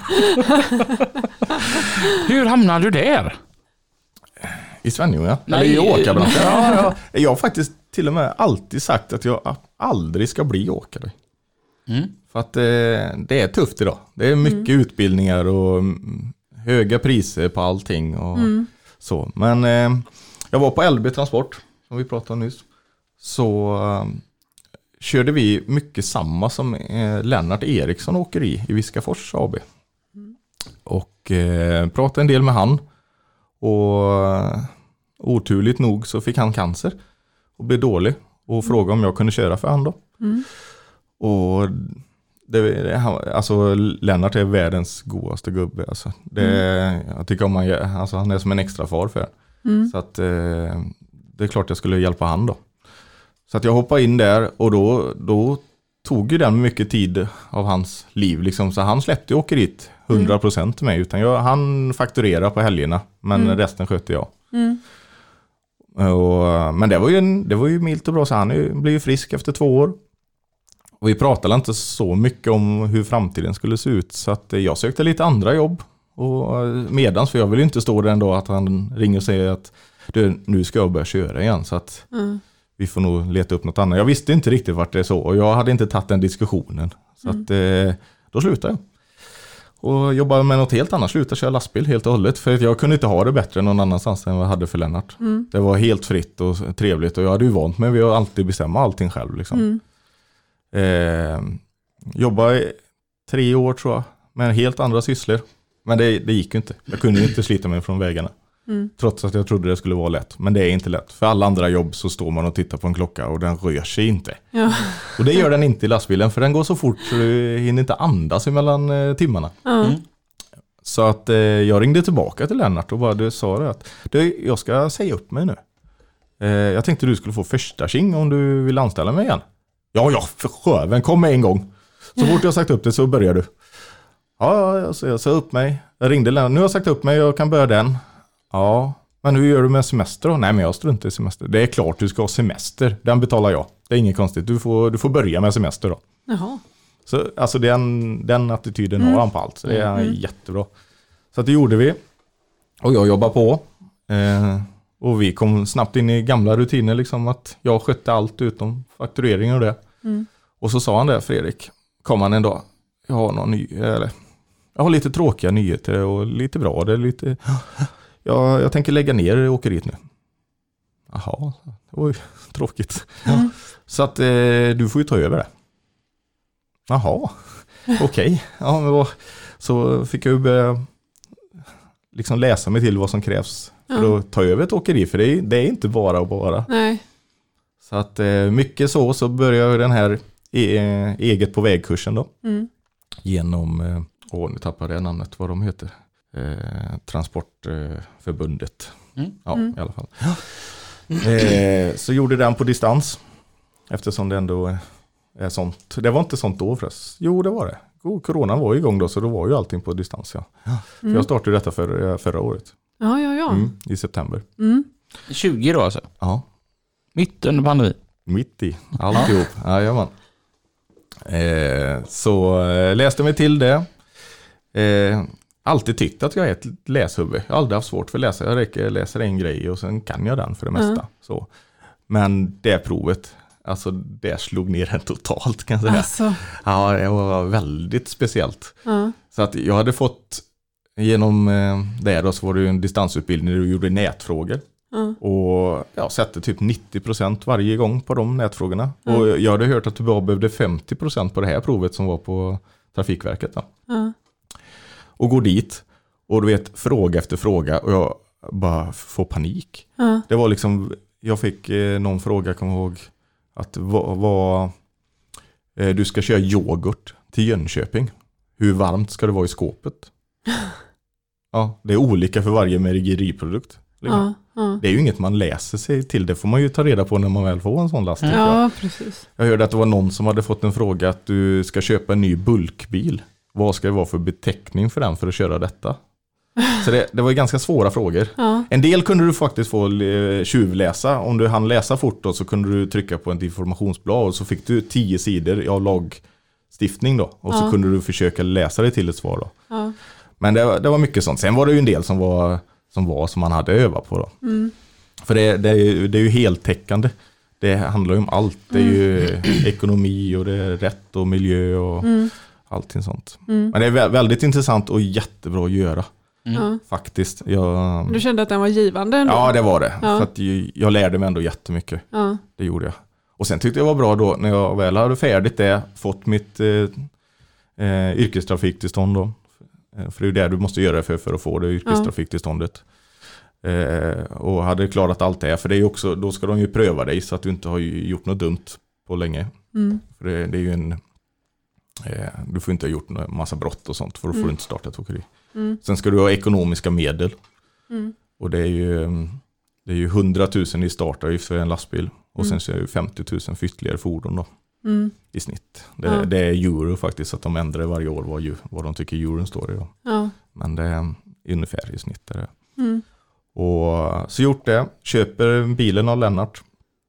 Speaker 2: Hur hamnade du där?
Speaker 6: I Svenljunga? Eller i åkarbranschen? Ja. Jag har faktiskt till och med alltid sagt att jag aldrig ska bli åkare. För att det är tufft idag. Det är mycket utbildningar och höga priser på allting. Och så. Men jag var på LB Transport, som vi pratade om nyss. Så körde vi mycket samma som Lennart Eriksson åker i Viskafors AB. Och pratade en del med han. Och oturligt nog så fick han cancer och blev dålig. Och frågade om jag kunde köra för han då. Och alltså Lennart är världens godaste gubbe. Alltså. Jag tycker om han är som en extra far för en. Så att det är klart jag skulle hjälpa han då. Så att jag hoppade in där och då tog ju den mycket tid av hans liv. Liksom. Så han släppte åkeriet 100% till mig. Utan han fakturerade på helgerna, men resten skötte jag. Men det var ju milt och bra, så han blev ju frisk efter 2 år. Och vi pratade inte så mycket om hur framtiden skulle se ut. Så att jag sökte lite andra jobb. Och medans, för jag vill ju inte stå där en dag att han ringer och säger att nu ska jag börja köra igen. Så att vi får nog leta upp något annat. Jag visste inte riktigt vart det är så. Och jag hade inte tagit den diskussionen. Så att då slutade jag. Och jobbade med något helt annat. Slutade köra lastbil helt och hållet. För jag kunde inte ha det bättre någon annanstans än vad jag hade för Lennart. Det var helt fritt och trevligt. Och jag hade ju vant mig. Vi har alltid bestämma allting själv. Liksom. Jobbade i 3 år tror jag. Med helt andra sysslor. Men det gick ju inte. Jag kunde inte slita mig från vägarna. Trots att jag trodde det skulle vara lätt. Men det är inte lätt. För alla andra jobb så står man och tittar på en klocka och den rör sig inte. Ja. Och det gör den inte i lastbilen. För den går så fort så du hinner inte andas emellan timmarna. Så att jag ringde tillbaka till Lennart och bara sa det att jag ska säga upp mig nu. Jag tänkte du skulle få första king om du vill anställa mig igen. Ja, för sjöven, kom med en gång. Så fort jag sagt upp det så börjar du. Ja, jag sa upp mig. Jag ringde Lennart. Nu har jag sagt upp mig, jag kan börja den. Ja, men hur gör du med semester då? Nej, men jag struntar i semester. Det är klart du ska ha semester. Den betalar jag. Det är inget konstigt. Du får börja med semester då.
Speaker 1: Jaha.
Speaker 6: Så alltså den attityden har han på allt. Så det är jättebra. Så att det gjorde vi. Och jag jobbade på. Och vi kom snabbt in i gamla rutiner. Liksom att jag skötte allt utom fakturering och det. Och så sa han det, Fredrik. Kom han en dag. Jag har lite tråkiga nyheter och lite bra. Det är lite... Jag tänker lägga ner åkeriet nu. Jaha, det var ju tråkigt. Så att du får ju ta över det. Jaha, okej. Ja, men så fick jag börja liksom läsa mig till vad som krävs för att ta över ett åkeri. För det är inte bara.
Speaker 1: Nej.
Speaker 6: Så att mycket så började jag den här eget på vägkursen då. Genom, nu tappade jag namnet vad de heter. Transportförbundet. I alla fall. Så gjorde den på distans. Eftersom det ändå är sånt. Det var inte sånt då förresten. Jo, det var det. Corona var igång då, så då var ju allting på distans. Ja. För jag startade detta förra året.
Speaker 1: Ja.
Speaker 6: I september.
Speaker 2: 20 då alltså?
Speaker 6: Ja.
Speaker 2: Mitt under pandemin?
Speaker 6: Mitt i. Alltihop. Jajamän. Så läste mig till det. Alltid tyckt att jag är ett läshuvud. Jag har aldrig haft svårt för att läsa. Jag läser en grej och sen kan jag den för det mesta. Så. Men det provet, alltså det slog ner en totalt kan jag säga.
Speaker 1: Alltså.
Speaker 6: Ja, det var väldigt speciellt. Så att jag hade fått genom det då, så var det ju en distansutbildning där du gjorde nätfrågor. Och jag satte typ 90% varje gång på de nätfrågorna. Och jag hade hört att du bara behövde 50% på det här provet som var på Trafikverket då. Och går dit och du vet fråga efter fråga och jag bara får panik. Det var liksom, jag fick någon fråga, kom ihåg att du ska köra yoghurt till Jönköping. Hur varmt ska det vara i skåpet? Ja, det är olika för varje mejeriprodukt. Det är ju inget man läser sig till. Det får man ju ta reda på när man väl får en sån last.
Speaker 1: Ja, precis.
Speaker 6: Jag hörde att det var någon som hade fått en fråga att du ska köpa en ny bulkbil. Vad ska det vara för beteckning för den för att köra detta? Så det var ganska svåra frågor. En del kunde du faktiskt få tjuvläsa. Om du hann läsa fort då, så kunde du trycka på ett informationsblad och så fick du 10 sidor av lagstiftning då. Och så kunde du försöka läsa dig till ett svar då. Men det var mycket sånt. Sen var det ju en del som man hade övat på då. För det är ju heltäckande. Det handlar ju om allt. Det är ju ekonomi och det är rätt och miljö och allting sånt. Men det är väldigt intressant och jättebra att göra. Faktiskt.
Speaker 1: Du kände att den var givande ändå?
Speaker 6: Ja, det var det. För att jag lärde mig ändå jättemycket. Det gjorde jag. Och sen tyckte jag var bra då när jag väl hade färdigt det, fått mitt yrkestrafiktillstånd då. För det är det du måste göra för att få det yrkestrafiktillståndet. Och hade klarat allt det. För det är ju också, då ska de ju pröva dig så att du inte har gjort något dumt på länge. För det är ju du får inte ha gjort en massa brott och sånt, för då får du inte starta ett åkeri. Sen ska du ha ekonomiska medel. Och det är ju 100 000 i startavgift för en lastbil. Och sen så är det 50 000 för ytterligare fordon då. I snitt. Det är euro faktiskt, så att de ändrar varje år vad de tycker euron står i då. Men det är ungefär i snitt. Och så gjort det. Köper bilen av Lennart.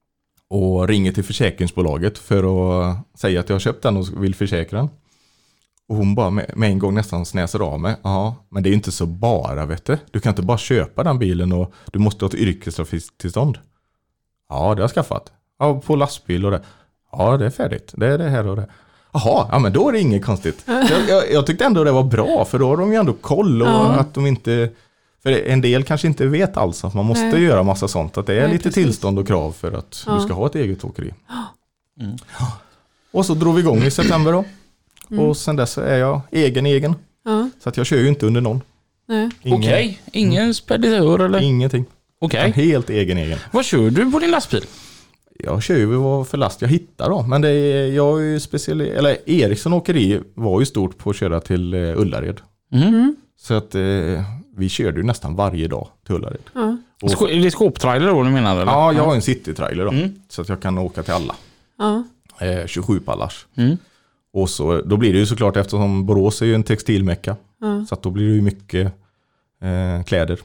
Speaker 6: Och ringer till försäkringsbolaget för att säga att jag har köpt den och vill försäkra den. Och hon bara med en gång nästan snäser av mig. Ja, men det är ju inte så bara, vet du. Du kan inte bara köpa den bilen och du måste ha ett yrkestrafiktillstånd. Ja, det har jag skaffat. Ja, på lastbil och det. Ja, det är färdigt. Det är det här och det. Jaha, ja men då är det inget konstigt. Jag tyckte ändå det var bra, för då har de ju ändå koll och att de inte... För en del kanske inte vet alls att man måste göra massa sånt. Att det är lite tillstånd och krav för att du ska ha ett eget åkeri. Mm. Och så drog vi igång i september då. Och sen dess är jag egen. Så att jag kör ju inte under någon.
Speaker 2: Okej, ingen speditör eller?
Speaker 6: Ingenting.
Speaker 2: Okej.
Speaker 6: Helt egen.
Speaker 2: Vad kör du på din lastbil?
Speaker 6: Jag kör ju vad för last jag hittar då. Men det är, jag är ju eller Eriksson åkeri var ju stort på att köra till Ullared. Så att vi körde ju nästan varje dag till Ullared.
Speaker 2: Är det skåptrailer då du menar? Eller?
Speaker 6: Ja, jag har en citytrailer då. Så att jag kan åka till alla. 27 pallars. Och så, då blir det ju såklart, eftersom Borås är ju en textilmecka. Så att då blir det ju mycket kläder.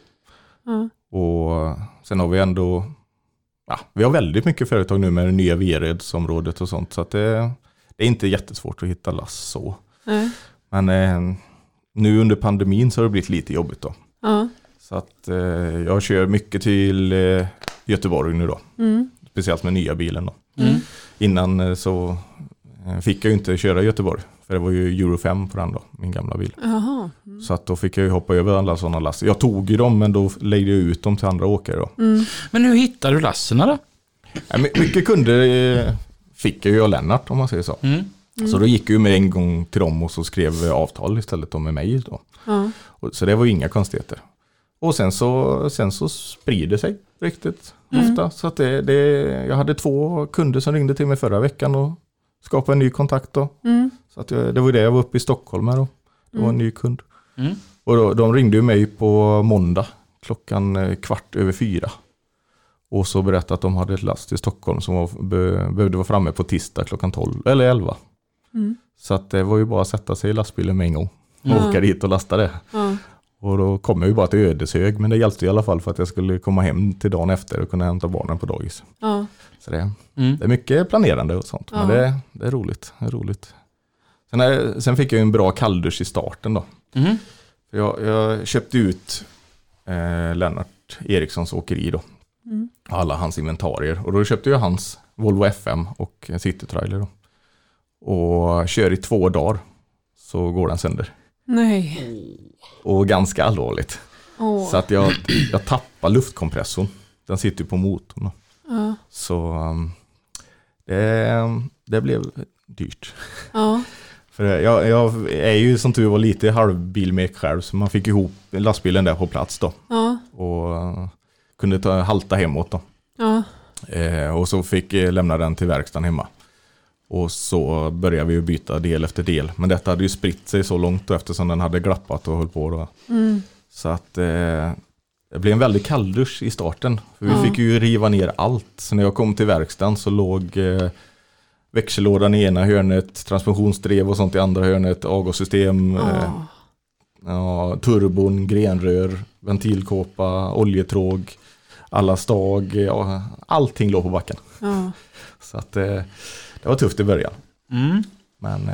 Speaker 6: Och sen har vi ändå... Ja, vi har väldigt mycket företag nu med det nya Veredsområdet och sånt. Så att det är inte jättesvårt att hitta last så. Men nu under pandemin så har det blivit lite jobbigt då. Så att jag kör mycket till Göteborg nu då. Speciellt med nya bilen då. Innan så fick jag ju inte köra Göteborg. För det var ju Euro 5 på den då, min gamla bil. Så att då fick jag ju hoppa över alla sådana laster. Jag tog ju dem, men då lägger jag ut dem till andra åkare då.
Speaker 2: Men hur hittar du lasterna då?
Speaker 6: Ja, mycket kunder fick jag ju av Lennart, om man säger så. Så då gick jag ju med en gång till dem och så skrev avtal istället med mig då. Så det var ju inga konstigheter. Och sen så sprider sig riktigt ofta. Så att jag hade 2 kunder som ringde till mig förra veckan och skapade en ny kontakt då. Så att det var det jag var uppe i Stockholm här då. Det var en ny kund. Och då, de ringde ju mig på måndag 4:15. Och så berättade att de hade ett last i Stockholm som behövde vara framme på tisdag 12 eller 11. Så att det var ju bara att sätta sig i lastbilen med en gång och åka dit och lasta det. Och då kom jag ju bara till Ödeshög, men det hjälpte i alla fall för att jag skulle komma hem till dagen efter och kunna hämta barnen på dagis. Så det är mycket planerande och sånt, men det är roligt. Det är roligt. Sen fick jag en bra kalldusch i starten då. Jag köpte ut Lennart Erikssons åkeri då. Alla hans inventarier. Och då köpte jag hans Volvo FM och citytrailer då. Och kör i 2 dagar så går den sönder.
Speaker 1: Nej.
Speaker 6: Och ganska allvarligt. Så att jag tappar luftkompressorn. Den sitter på motorn. Så det blev dyrt. För jag är ju som tur var lite halvbilmek själv, så man fick ihop lastbilen där på plats då. Och kunde halta hemåt då. Och så fick lämna den till verkstaden hemma. Och så började vi ju byta del efter del. Men detta hade ju spritt sig så långt då, eftersom den hade glappat och höll på då. Så att det blev en väldigt kalldusch i starten. För vi fick ju riva ner allt. Så när jag kom till verkstaden så låg växellådan i ena hörnet, transmissionsdrev och sånt i andra hörnet, avgassystem, turbon, grenrör, ventilkåpa, oljetråg, alla stag, allting låg på backen. Så att det var tufft i början. Men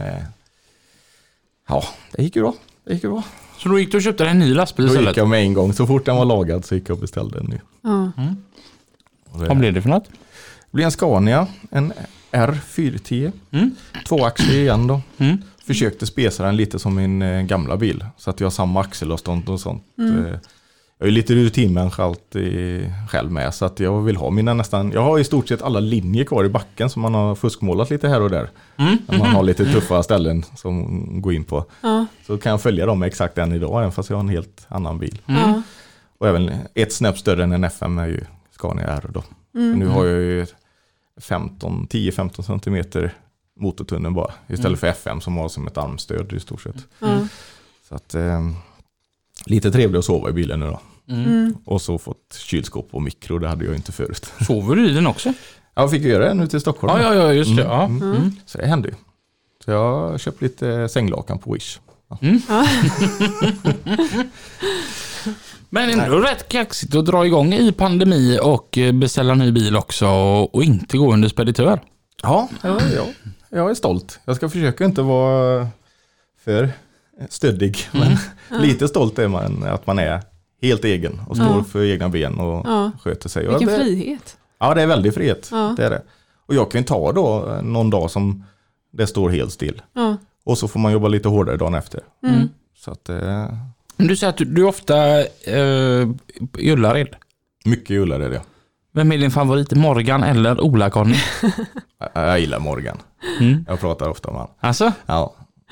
Speaker 6: det gick ju bra.
Speaker 2: Så då gick du och köpte en ny lastbil istället?
Speaker 6: Då gick jag med en gång. Så fort den var lagad så gick jag och beställde en ny.
Speaker 2: Vad blev det för något?
Speaker 6: Det blev en Scania, en R410. 2-axlig igen då. Försökte spesa den lite som min gamla bil. Så att jag har samma axelavstånd och sånt. Jag är lite rutinmänniska alltid själv med, så att jag vill ha jag har i stort sett alla linjer kvar i backen som man har fuskmålat lite här och där. När man har lite tuffa ställen som går in på. Så kan jag följa dem exakt än idag, även fast jag har en helt annan bil. Och även ett snäpp större än en FM är ju Scania R då. Nu har jag ju 10-15 centimeter motortunnel bara, istället för FM som har som ett armstöd i stort sett. Så att lite trevligt att sova i bilen nu då. Och så fått kylskåp och mikro, det hade jag inte förut.
Speaker 2: Sover du i den också?
Speaker 6: Ja, jag fick göra det nu till Stockholm.
Speaker 2: Ja, just det.
Speaker 6: Så det hände ju. Så jag har köpt lite sänglakan på Wish.
Speaker 2: Men ändå rätt kaxigt att dra igång i pandemi och beställa ny bil också och inte gå under speditör.
Speaker 6: Ja, jag är stolt. Jag ska försöka inte vara för stöddig, men lite stolt är man att man är helt egen och står för egna ben och sköter sig.
Speaker 1: Vilken frihet.
Speaker 6: Ja, det är väldigt frihet. Det är det. Och jag kan ta då någon dag som det står helt still. Och så får man jobba lite hårdare dagen efter. Så att,
Speaker 2: Du säger att du ofta i Ullared.
Speaker 6: Mycket i Ullared, ja.
Speaker 2: Vem är din favorit? Morgan eller Ola-Conny?
Speaker 6: Jag gillar Morgan. Jag pratar ofta om han.
Speaker 2: Alltså?
Speaker 6: Ja.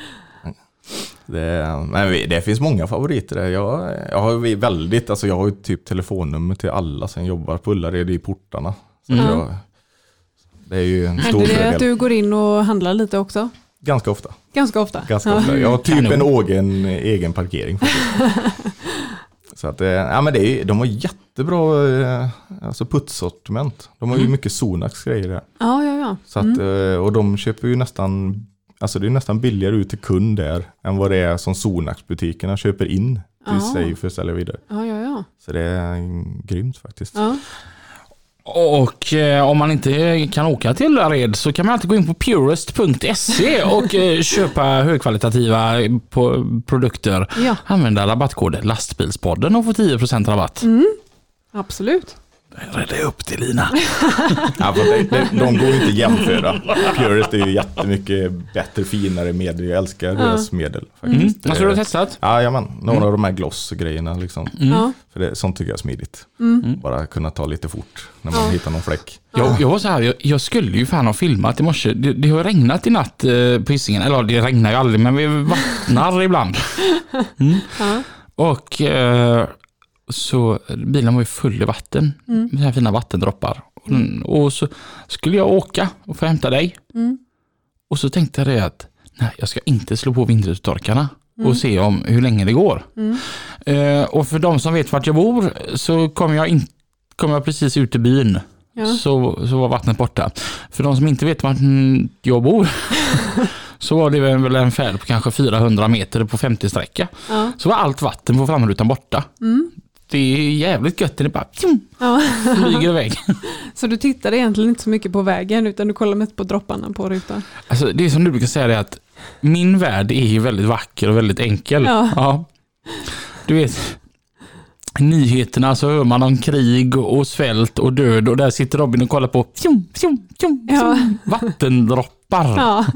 Speaker 6: Men det finns många favoriter där. Jag har väldigt, alltså jag har ju typ telefonnummer till alla som jobbar på Ullared i portarna. Så det är ju en stor
Speaker 1: fördel. Är det att du går in och handlar lite också?
Speaker 6: Ganska ofta.
Speaker 1: Ofta.
Speaker 6: Jag har typ en egen parkering. Så att, men de har jättebra alltså putssortiment. De har ju mycket Sonax grejer där.
Speaker 1: Ja.
Speaker 6: Så att, och de köper ju nästan, alltså det är nästan billigare ut till kund där än vad det är som Sonax-butikerna köper in till sig för att sälja vidare.
Speaker 1: Ja.
Speaker 6: Så det är grymt faktiskt.
Speaker 1: Ja.
Speaker 2: Och om man inte kan åka till Ullared så kan man alltid gå in på purest.se och köpa högkvalitativa produkter. Ja. Använda rabattkoden lastbilspodden och få 10% rabatt.
Speaker 1: Absolut.
Speaker 2: Rädda upp till Lina.
Speaker 6: De går inte att jämföra. Purest är ju jättemycket bättre, finare medel. Jag älskar deras medel faktiskt.
Speaker 2: Alltså du har testat?
Speaker 6: Ja, några av de här gloss-grejerna liksom. För sånt tycker jag är smidigt. Bara kunna ta lite fort när man hittar någon fläck.
Speaker 2: Jag var så här, jag skulle ju fan ha filmat i morse. Det har regnat i natt på Hisingen. Eller det regnar ju aldrig, men vi vattnar ibland. Och så bilen var ju full i vatten med så här fina vattendroppar. Och så skulle jag åka och få hämta dig. Och så tänkte jag det att nej, jag ska inte slå på vindrutetorkarna och se hur länge det går. Och för de som vet vart jag bor så kom jag precis ut i byn. Så var vattnet borta. För de som inte vet vart jag bor så var det väl en färd på kanske 400 meter på 50-sträcka. Så var allt vatten på framrutan borta. Det är jävligt gött, det bara flyger iväg.
Speaker 1: Så du tittade egentligen inte så mycket på vägen utan du kollade mest på dropparna på rutan?
Speaker 2: Alltså det är som du brukar säga det att min värld är ju väldigt vacker och väldigt enkel. Ja. Du vet, nyheterna så hör man om krig och svält och död och där sitter Robin och kollar på vattendroppar. Ja,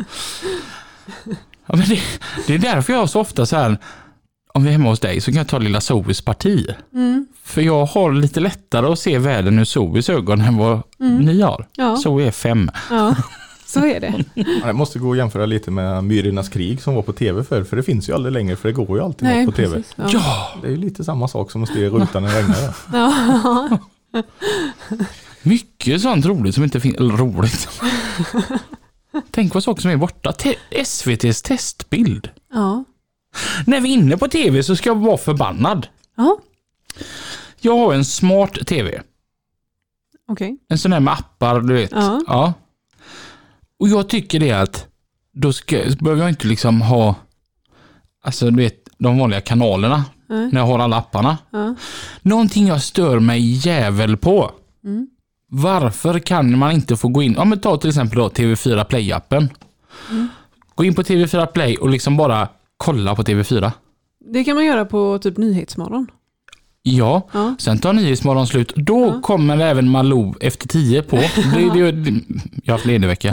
Speaker 2: men det är därför jag så ofta så här, om vi är hemma hos dig så kan jag ta lilla Zoes parti. För jag har lite lättare att se världen ur Zoes ögon än vad ni har. Zoe är 5.
Speaker 1: Ja, så är det.
Speaker 6: Jag måste gå och jämföra lite med Myrornas krig som var på tv för det finns ju aldrig längre för det går ju alltid på tv.
Speaker 2: Precis, ja.
Speaker 6: Det är ju lite samma sak som att stå i rutan när det regnar.
Speaker 1: Ja.
Speaker 2: Mycket sånt roligt som inte finns, eller roligt. Tänk vad saker som är borta. SVT:s testbild.
Speaker 1: Ja.
Speaker 2: När vi är inne på tv så ska jag vara förbannad.
Speaker 1: Ja.
Speaker 2: Jag har en smart tv.
Speaker 1: Okej.
Speaker 2: En sån där med appar, du vet. Ja. Och jag tycker det att då behöver jag inte liksom ha alltså du vet de vanliga kanalerna när jag har alla apparna. Någonting jag stör mig jävel på. Varför kan man inte få gå in, men ta till exempel då TV4 Play-appen. Gå in på TV4 Play och liksom bara kolla på TV4.
Speaker 1: Det kan man göra på typ Nyhetsmorgon.
Speaker 2: Ja. Sen tar Nyhetsmorgon slut. Då kommer även Malou efter 10 på. Jag har haft ledig vecka.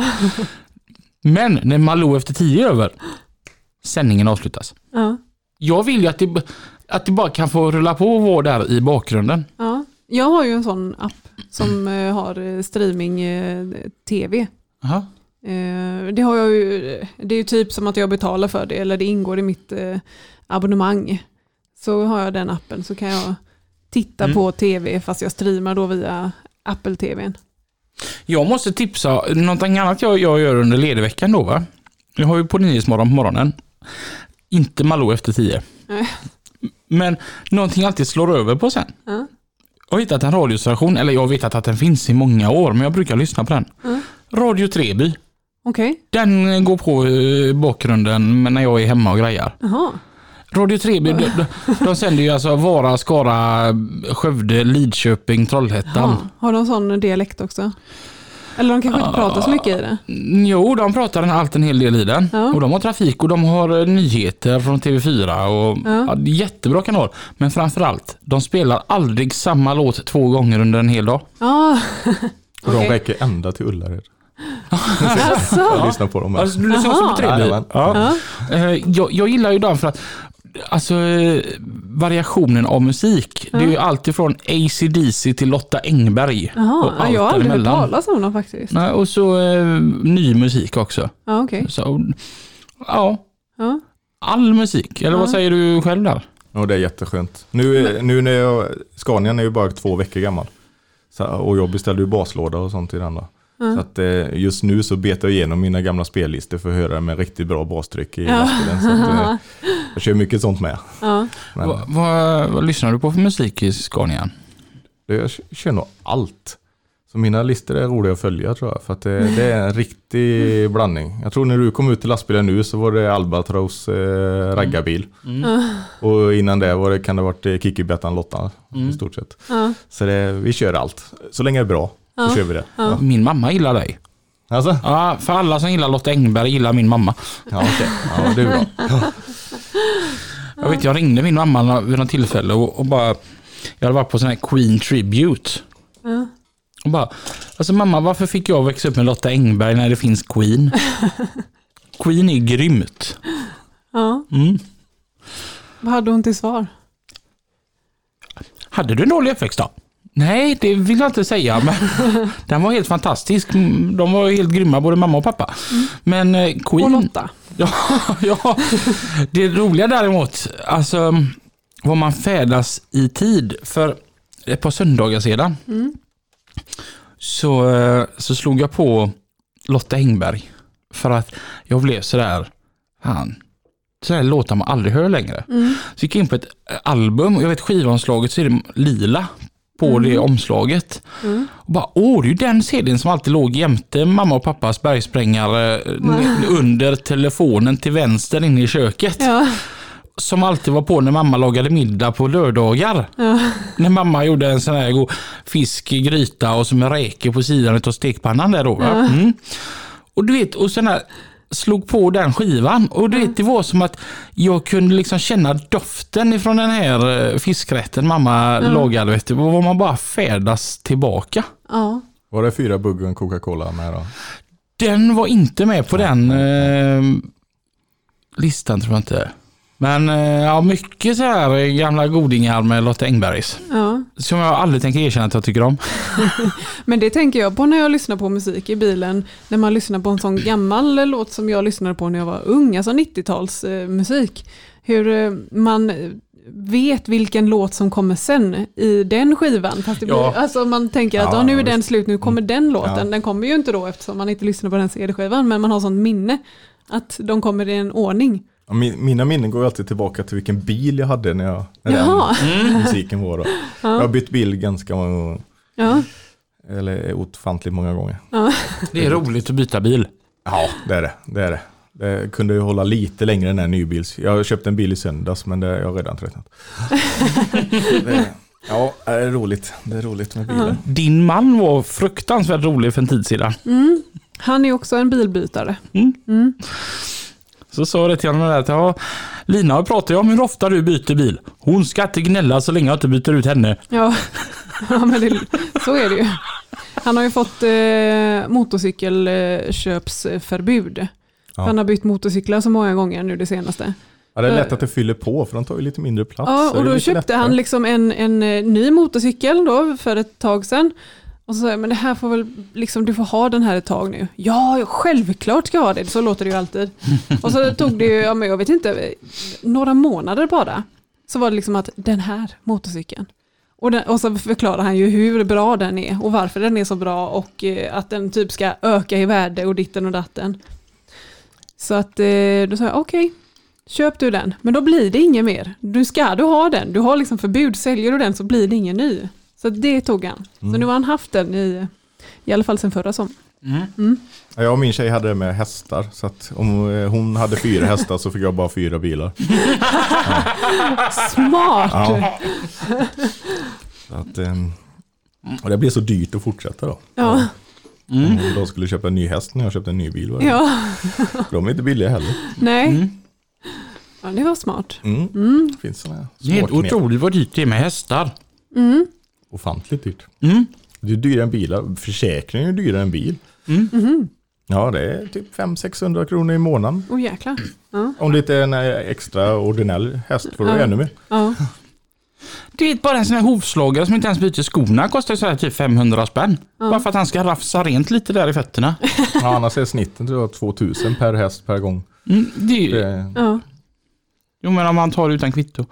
Speaker 2: Men när Malou efter 10 är över, sändningen avslutas. Jag vill ju att det bara kan få rulla på och vara där i bakgrunden.
Speaker 1: Ja. Jag har ju en sån app som har streaming tv.
Speaker 2: Aha.
Speaker 1: Det har jag ju, det är ju typ som att jag betalar för det eller det ingår i mitt abonnemang. Så har jag den appen så kan jag titta på tv fast jag streamar då via Apple TV:n.
Speaker 2: Jag måste tipsa någonting annat jag gör under ledigveckan då va. Jag har ju på Nyhetsmorgon på morgonen. Inte Malou efter 10. Men någonting alltid slår över på sen. Jag har hittat en radiostation, eller jag har vetat att den finns i många år, men jag brukar lyssna på den. Radio Treby.
Speaker 1: Okej.
Speaker 2: Den går på i bakgrunden när jag är hemma och grejar.
Speaker 1: Jaha.
Speaker 2: Radio 3, de sänder ju alltså Vara, Skara, Skövde, Lidköping, Trollhättan.
Speaker 1: Ja. Har de sån dialekt också? Eller de kanske inte pratar så mycket i det?
Speaker 2: Jo, de pratar en hel del i den.
Speaker 1: Ja.
Speaker 2: Och de har trafik och de har nyheter från TV4. Och, jättebra kanal. Men framförallt, de spelar aldrig samma låt 2 gånger under en hel dag.
Speaker 1: Ja.
Speaker 6: Och de räcker ända till Ullared.
Speaker 1: Alltså.
Speaker 6: Jag lyssnar på dem.
Speaker 2: Alltså, du lyssnar också på Trebil. Ja. Jag gillar ju dem för att variationen av musik. Det är ju allt ifrån AC/DC till Lotta Engberg.
Speaker 1: Jaha,
Speaker 2: och allt
Speaker 1: jag har aldrig hört
Speaker 2: däremellan.
Speaker 1: talas om dem faktiskt.
Speaker 2: Nej, och så ny musik också.
Speaker 1: Ja, okej.
Speaker 2: Så, ja,
Speaker 1: Ja.
Speaker 2: all musik. Eller vad säger du själv där?
Speaker 6: Och det är jätteskönt. Nu när Scanian är ju bara 2 veckor gammal. Och jag beställde ju baslåda och sånt i den då. Så att just nu så betar jag igenom mina gamla spellistor för att höra med riktigt bra bastryck i lastbilen. Så att, jag kör mycket sånt med.
Speaker 1: Ja.
Speaker 6: Men
Speaker 2: Vad lyssnar du på för musik i Scanian?
Speaker 6: jag kör nog allt. Så mina listor är roliga att följa tror jag. För att det är en riktig blandning. Jag tror när du kom ut till lastbilen nu så var det Albatros raggarbil. Och innan det kan det ha varit Kikki-Bettan Lotta i stort sett. Så vi kör allt. Så länge det är bra så kör vi det. Ja.
Speaker 2: Min mamma gillar dig.
Speaker 6: Alltså?
Speaker 2: Ja, för alla som gillar Lotta Engberg gillar min mamma.
Speaker 6: Ja, okej. Ja, det är bra.
Speaker 2: Jag ringde min mamma vid något tillfälle och bara, jag hade varit på sån här Queen Tribute. Och bara, alltså mamma, varför fick jag växa upp med Lotta Engberg när det finns Queen? Queen är grymt.
Speaker 1: Ja. Vad hade hon till svar?
Speaker 2: Hade du en dålig uppväxt då? Nej, det vill jag inte säga, men den var helt fantastisk. De var helt grymma, både mamma och pappa. Men Queen...
Speaker 1: Och Lotta.
Speaker 2: Ja, det roliga däremot, alltså vad man färdas i tid. För ett par söndagar sedan så slog jag på Lotta Engberg. För att jag blev sådär, sådär låtar man aldrig hör längre. Så gick jag in på ett album och jag vet skivomslaget så är det lila på det omslaget. Och bara, det är ju den CD:n som alltid låg jämte mamma och pappas bergsprängare under telefonen till vänster inne i köket.
Speaker 1: Ja.
Speaker 2: Som alltid var på när mamma lagade middag på lördagar. När mamma gjorde en sån här god fisk i gryta och som en räke på sidan av stekpannan där då. Och du vet, och sån här slog på den skivan och du vet, det var som att jag kunde liksom känna doften ifrån den här fiskrätten mamma lagade, vet du, var man bara färdas tillbaka.
Speaker 1: Ja.
Speaker 6: Var det 4 buggen Coca-Cola med då?
Speaker 2: Den var inte med på den listan tror jag inte. Men mycket så här gamla godingar med Lotta Engbergs.
Speaker 1: Ja.
Speaker 2: Som jag aldrig tänker erkänna att jag tycker om.
Speaker 1: Men det tänker jag på när jag lyssnar på musik i bilen. När man lyssnar på en sån gammal låt som jag lyssnade på när jag var ung. Alltså 90-tals musik. Hur man vet vilken låt som kommer sen i den skivan. Fast det blir, alltså man tänker att nu är den slut, nu kommer den låten. Den kommer ju inte då eftersom man inte lyssnar på den CD-skivan. Men man har sånt minne att de kommer i en ordning.
Speaker 6: Ja, mina minnen går ju alltid tillbaka till vilken bil jag hade när den musiken var då. Jag har bytt bil ganska många gånger. Eller ofantligt många gånger.
Speaker 2: Det är roligt att byta bil.
Speaker 6: Ja, det är det. Det kunde ju hålla lite längre än en nybils. Jag köpte en bil i söndags, men jag har redan tröttnat. Det är roligt. Det är roligt med bilen.
Speaker 2: Din man var fruktansvärt rolig för en tid sedan.
Speaker 1: Han är också en bilbytare.
Speaker 2: Så sa det till honom att Lina pratar ju om hur ofta du byter bil. Hon ska inte gnälla så länge jag inte byter ut henne.
Speaker 1: Ja men så är det ju. Han har ju fått motorcykelköpsförbud. Han har bytt motorcyklar så många gånger nu det senaste.
Speaker 6: Ja, det är lätt att det fyller på för de tar ju lite mindre plats.
Speaker 1: Ja, och då köpte han liksom en ny motorcykel då för ett tag sedan. Och så sa jag, men det här får väl liksom, du får ha den här ett tag nu. Ja, självklart ska jag ha det. Så låter det ju alltid. Och så tog det ju, jag vet inte, några månader bara. Så var det liksom att den här motorcykeln. Och så förklarar han ju hur bra den är och varför den är så bra och att den typ ska öka i värde och ditten och datten. Så att då sa jag, okej, köp du den. Men då blir det ingen mer. Du ha den. Du har liksom förbud. Säljer du den så blir det ingen ny. Så det tog han. Så nu har han haft den i I alla fall sen förra sommaren.
Speaker 6: Ja, jag och min tjej hade det med hästar. Så att om hon hade 4 hästar så fick jag bara 4 bilar.
Speaker 1: Smart!
Speaker 6: Ja. Så att, och det blir så dyrt att fortsätta då.
Speaker 1: Ja.
Speaker 6: Om de skulle köpa en ny häst när jag köpte en ny bil.
Speaker 1: Ja.
Speaker 6: De är inte billiga heller.
Speaker 1: Nej. Ja, det var smart.
Speaker 6: Finns såna
Speaker 2: Det är helt otroligt vad dyrt det är med hästar.
Speaker 6: Ofantligt dyrt. Det är dyrare än bilar. Försäkringen är dyrare än bil. Ja, det är typ 500-600 kronor i månaden.
Speaker 1: Jäklar. Ja.
Speaker 6: Om det inte är en extra ordinell häst får du ännu mer.
Speaker 1: Ja.
Speaker 2: Det är bara en sån här hovslagare som inte ens byter skorna. Kostar så här typ 500 spänn. Bara för att han ska rafsa rent lite där i fötterna.
Speaker 6: Ja, annars är snitten tror jag 2000 per häst per gång.
Speaker 1: Ja.
Speaker 2: Jo, men om man tar det utan kvitto.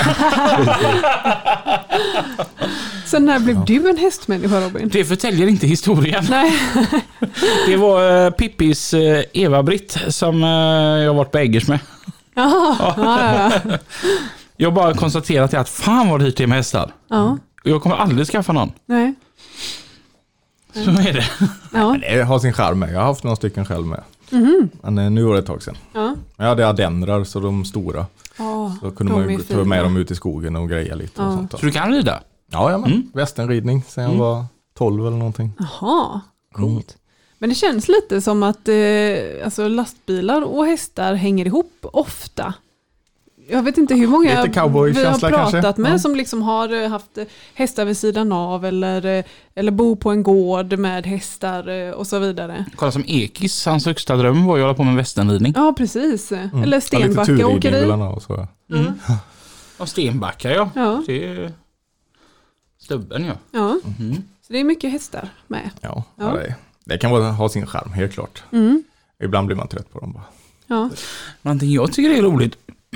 Speaker 1: Så när blev du en hästmänniska, Robin?
Speaker 2: Det förtäljer inte historien.
Speaker 1: Nej.
Speaker 2: Det var Pippis Eva-Britt som jag varit på Eggers med.
Speaker 1: Jaha. Ja.
Speaker 2: Jag bara konstaterat att fan vad dyrt det är med hästar.
Speaker 1: Ja.
Speaker 2: Jag kommer aldrig skaffa någon.
Speaker 1: Nej.
Speaker 2: Så är det.
Speaker 1: Ja.
Speaker 6: Det har sin charm med. Jag har haft några stycken själv med. Men nu var det ett tag sedan.
Speaker 1: Ja.
Speaker 6: Jag hade adendrar så de stora. Så kunde man ju ta med dem ut i skogen och greja lite. Och sånt.
Speaker 2: Så du kan rida?
Speaker 6: Ja, men västernridning sen jag var 12 eller någonting.
Speaker 1: Jaha, coolt. Men det känns lite som att alltså lastbilar och hästar hänger ihop ofta. Jag vet inte hur många
Speaker 6: Lite cowboy-känsla
Speaker 1: vi har pratat
Speaker 6: kanske.
Speaker 1: med som liksom har haft hästar vid sidan av eller bor på en gård med hästar och så vidare.
Speaker 2: Kolla som Ekis, hans högsta dröm var att hålla på med västernridning.
Speaker 1: Ja, precis. Eller Stenbacka
Speaker 6: lite
Speaker 1: åkeri.
Speaker 6: turridning och så.
Speaker 2: Och Stenbacka, ja.
Speaker 1: Ja.
Speaker 2: Det är stubben, ja.
Speaker 1: Ja, så det är mycket hästar med.
Speaker 6: Ja.
Speaker 1: Ja.
Speaker 6: Det kan ha sin charm, helt klart. Ibland blir man trött på dem bara.
Speaker 1: Ja.
Speaker 2: Någonting jag tycker är roligt.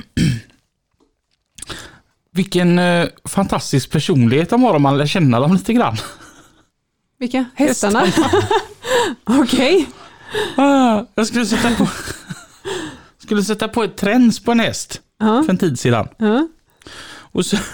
Speaker 2: Vilken fantastisk personlighet de har om man lär känna dem lite grann.
Speaker 1: Vilka? Hästarna? Okej.
Speaker 2: Jag skulle sätta på ett träns på en häst för en tid sedan. Och så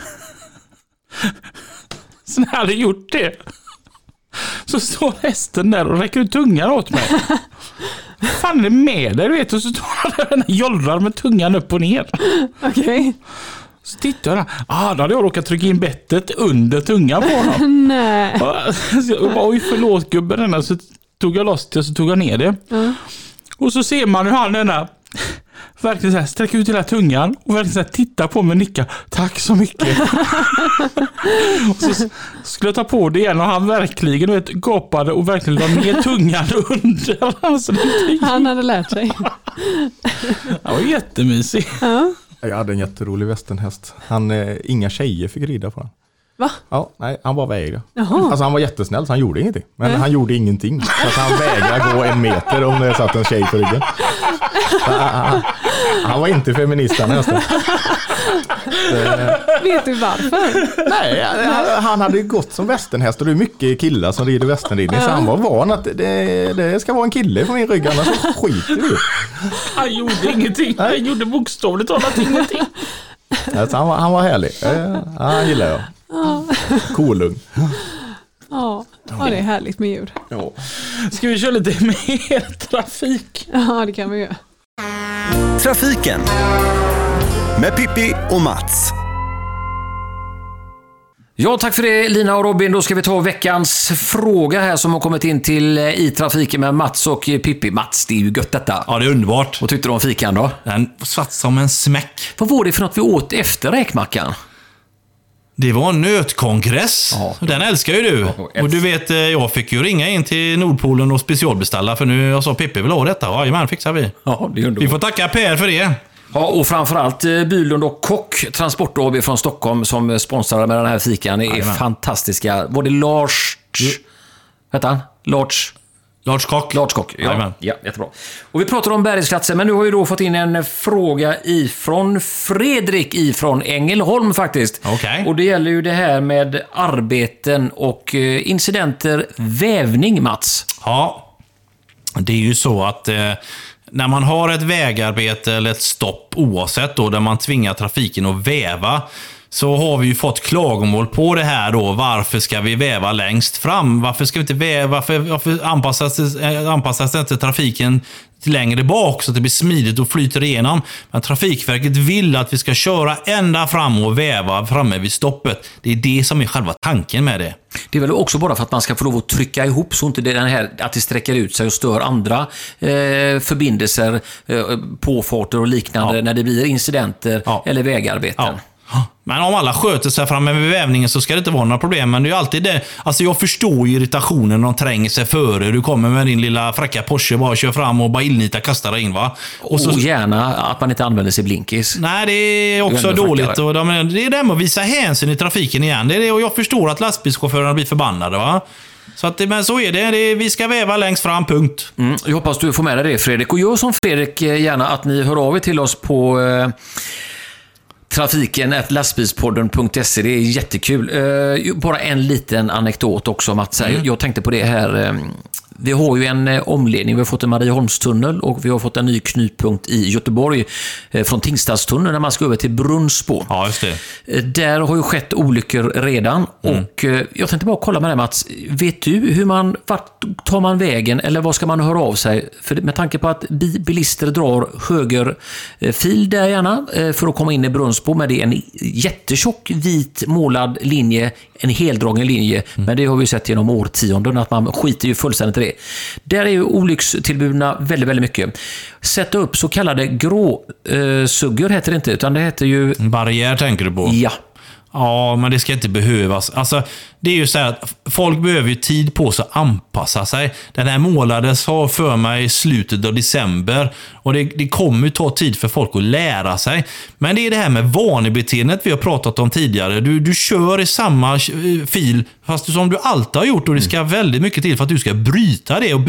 Speaker 2: när jag hade gjort det så står hästen där och räcker ut tungan åt mig. Vad fan är det med dig, du vet? Och så står han där och jollrar med tungan upp och ner.
Speaker 1: Okej.
Speaker 2: Så tittar jag där. Då hade jag råkat trycka in bettet under tungan på honom.
Speaker 1: Nej.
Speaker 2: Så jag bara, oj förlåt gubben. Så tog jag loss det och så tog jag ner det. Och så ser man hur han denna verkligen så här sträcker ut hela tungan och verkligen så här tittar på mig och nickar. Tack så mycket. Och så skulle jag ta på det igen och han verkligen gapade och verkligen la ner tungan under. Alltså,
Speaker 1: Han hade lärt sig.
Speaker 2: Det var jättemysig.
Speaker 1: Ja.
Speaker 6: Jag hade en jätterolig västernhäst. Inga tjejer fick rida på den.
Speaker 1: Va?
Speaker 6: Ja, nej, han bara vägrade.
Speaker 1: Jaha.
Speaker 6: Alltså han var jättesnäll så han gjorde ingenting. Men han gjorde ingenting. Så att han vägrade gå 1 meter om det satt en tjej på ryggen. Han var inte feminist nästan.
Speaker 1: Vet du varför?
Speaker 6: Nej, han hade gått som västernhäst och det är mycket killar som rider västernridning. Så han var van att det ska vara en kille på min rygg annars skiter du.
Speaker 2: Han gjorde ingenting. Han gjorde bokstavligt talat ingenting.
Speaker 6: Alltså, han var härlig. Han gillar jag. Kolung.
Speaker 1: Ja, det är härligt med djur.
Speaker 6: Ja.
Speaker 2: Ska vi köra lite mer trafik?
Speaker 1: Ja, det kan vi göra.
Speaker 3: Trafiken med Pippi och Mats.
Speaker 4: Ja, tack för det Lina och Robin. Då ska vi ta veckans fråga här som har kommit in till i trafiken med Mats och Pippi. Mats, det är ju gött detta.
Speaker 5: Ja, det är underbart.
Speaker 4: Vad tyckte du om fikan då?
Speaker 5: Den satt som en smäck.
Speaker 4: Vad var det för något vi åt efter räkmackan?
Speaker 5: Det var en nötkongress.
Speaker 4: Ja.
Speaker 5: Den älskar ju du.
Speaker 4: Ja,
Speaker 5: Och du vet, jag fick ju ringa in till Nordpolen och specialbeställa. För nu jag sa Pippi vill ha detta. Jajamän, fixar vi.
Speaker 4: Ja, det är underbart.
Speaker 5: Vi får tacka Per för det.
Speaker 4: Ja, och framförallt Bylund och Kock, Transport AB från Stockholm som sponsrar med den här fikan. Det är
Speaker 5: Jajamän.
Speaker 4: fantastiska. Var det Lars... Vad heter han?
Speaker 5: Lars Kock. Jajamän.
Speaker 4: Ja, jättebra. Och vi pratar om bärighetsklasser, men nu har vi då fått in en fråga ifrån Fredrik ifrån Ängelholm faktiskt.
Speaker 5: Okej.
Speaker 4: Och det gäller ju det här med arbeten och incidenter, vävning, Mats.
Speaker 5: Ja, det är ju så att när man har ett vägarbete eller ett stopp, oavsett då, där man tvingar trafiken att väva, så har vi ju fått klagomål på det här då. Varför ska vi väva längst fram? Varför ska vi inte väva? Varför anpassas inte trafiken till längre bak så att det blir smidigt och flyter igenom? Men Trafikverket vill att vi ska köra ända fram och väva framme vid stoppet. Det är det som är själva tanken med det.
Speaker 4: Det är väl också bara för att man ska få lov att trycka ihop så inte det den här att det sträcker ut sig och stör andra förbindelser, påfarter och liknande när det blir incidenter eller vägarbeten.
Speaker 5: Ja. Men om alla sköter sig framme vid vävningen så ska det inte vara några problem. Men det är ju alltid det. Alltså jag förstår ju irritationen när de tränger sig före. Du kommer med din lilla fräcka Porsche, bara kör fram och bara illnita kastar in, va?
Speaker 4: Och gärna att man inte använder sig blinkis.
Speaker 5: Nej, det är också dåligt. Och det är det med att visa hänsyn i trafiken igen. Det är det, och jag förstår att lastbilschaufförerna blir förbannade, va? Så att, men så är det. Vi ska väva längst fram, punkt.
Speaker 4: Jag hoppas du får med dig det, Fredrik. Och gör som Fredrik gärna att ni hör av er till oss på trafiken@lastbilspodden.se. Det är jättekul. Bara en liten anekdot också, Mats. Jag tänkte på det här. Vi har ju en omledning. Vi har fått en Marieholmstunnel och vi har fått en ny knutpunkt i Göteborg från Tingstadstunneln när man ska över till Brunnsbo.
Speaker 5: Ja, just det.
Speaker 4: Där har ju skett olyckor redan och jag tänkte bara kolla med dig, Mats. Vet du vart tar man vägen eller vad ska man höra av sig? För med tanke på att bilister drar högerfil där gärna för att komma in i Brunnsbo, med det en jättetjock vit målad linje, en heldragen linje, men det har vi sett genom årtionden att man skiter ju fullständigt i det. Där är ju olyckstillbudna väldigt, väldigt mycket. Sätta upp så kallade gråsuggor heter det inte, utan det heter ju...
Speaker 5: Barriär tänker du på?
Speaker 4: Ja.
Speaker 5: Ja, men det ska inte behövas. Alltså, det är ju så här att folk behöver ju tid på sig att anpassa sig. Den här målades för mig i slutet av december. Och det kommer ju ta tid för folk att lära sig. Men det är det här med vanebeteendet vi har pratat om tidigare. Du kör i samma fil, fast som du alltid har gjort. Och det ska väldigt mycket till för att du ska bryta det och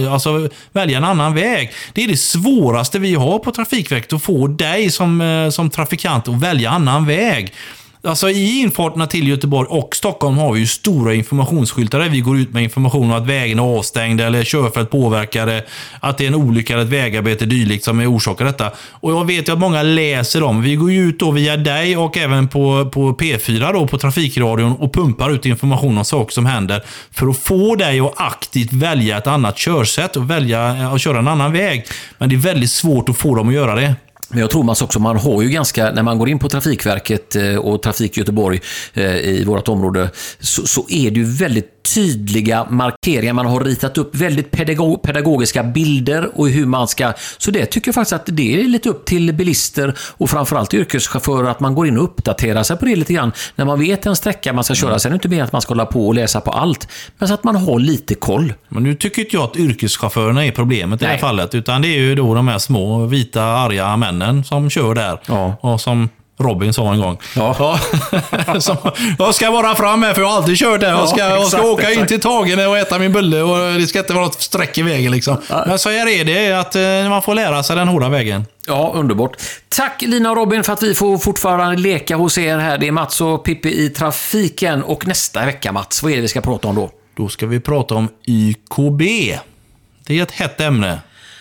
Speaker 5: välja en annan väg. Det är det svåraste vi har på Trafikverket, att få dig som trafikant att välja annan väg. Alltså i infarterna till Göteborg och Stockholm har vi ju stora informationsskyltar där vi går ut med information om att vägen är avstängd eller körfält påverkade, att det är en olycka eller ett vägarbete dylikt som är orsakar detta. Och jag vet ju att många läser dem. Vi går ju ut då via dig och även på P4 då, på Trafikradion, och pumpar ut information om saker som händer för att få dig att aktivt välja ett annat körsätt och välja att köra en annan väg. Men det är väldigt svårt att få dem att göra det.
Speaker 4: Men jag tror också man har ju ganska, när man går in på Trafikverket och Trafik Göteborg i vårt område, så är det ju väldigt tydliga markeringar. Man har ritat upp väldigt pedagogiska bilder och hur man ska, så det tycker jag faktiskt att det är lite upp till bilister och framförallt yrkeschaufförer att man går in och uppdaterar sig på det lite grann. När man vet en sträcka man ska köra, sen är det inte mer att man ska hålla på och läsa på allt, men så att man har lite koll.
Speaker 5: Men nu tycker inte jag att yrkeschaufförerna är problemet i det här fallet, utan det är ju då de här små, vita, arga männen som kör där. Ja. Och som Robin sa en gång. Ja. Jag ska vara framme för jag har alltid kört där. Jag ska åka in till Tagen och äta min bulle och det ska inte vara något streck i vägen liksom. Men så är det att man får lära sig den hårda vägen.
Speaker 4: Ja, underbart. Tack Lina och Robin för att vi får fortfarande leka hos er här. Det är Mats och Pippi i trafiken. Och nästa vecka, Mats, vad är det vi ska prata om då?
Speaker 5: Då ska vi prata om YKB. Det är ett hett ämne.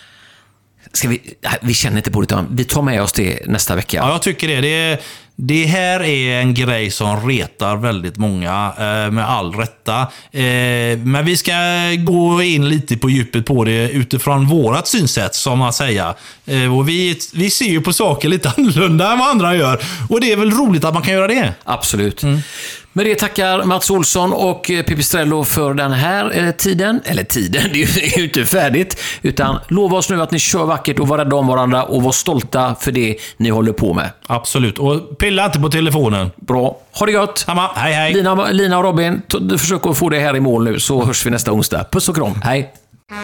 Speaker 4: Vi känner inte på det, utan vi tar med oss det nästa vecka.
Speaker 5: Ja, jag tycker det. Det här är en grej som retar väldigt många, med all rätta. Men vi ska gå in lite på djupet på det utifrån vårat synsätt, som man säger. Och vi ser ju på saker lite annorlunda än vad andra gör. Och det är väl roligt att man kan göra det.
Speaker 4: Absolut. Med det tackar Mats Olsson och Pipistrello för den här tiden. Eller tiden, det är ju inte färdigt. Utan lova oss nu att ni kör vackert och var rädda om varandra och var stolta för det ni håller på med.
Speaker 5: Absolut. Och pilla inte på telefonen.
Speaker 4: Bra. Ha det gött.
Speaker 5: Samma. Hej, hej.
Speaker 4: Lina och Robin, försök att få det här i mål nu, så hörs vi nästa onsdag. Puss och kram. Hej.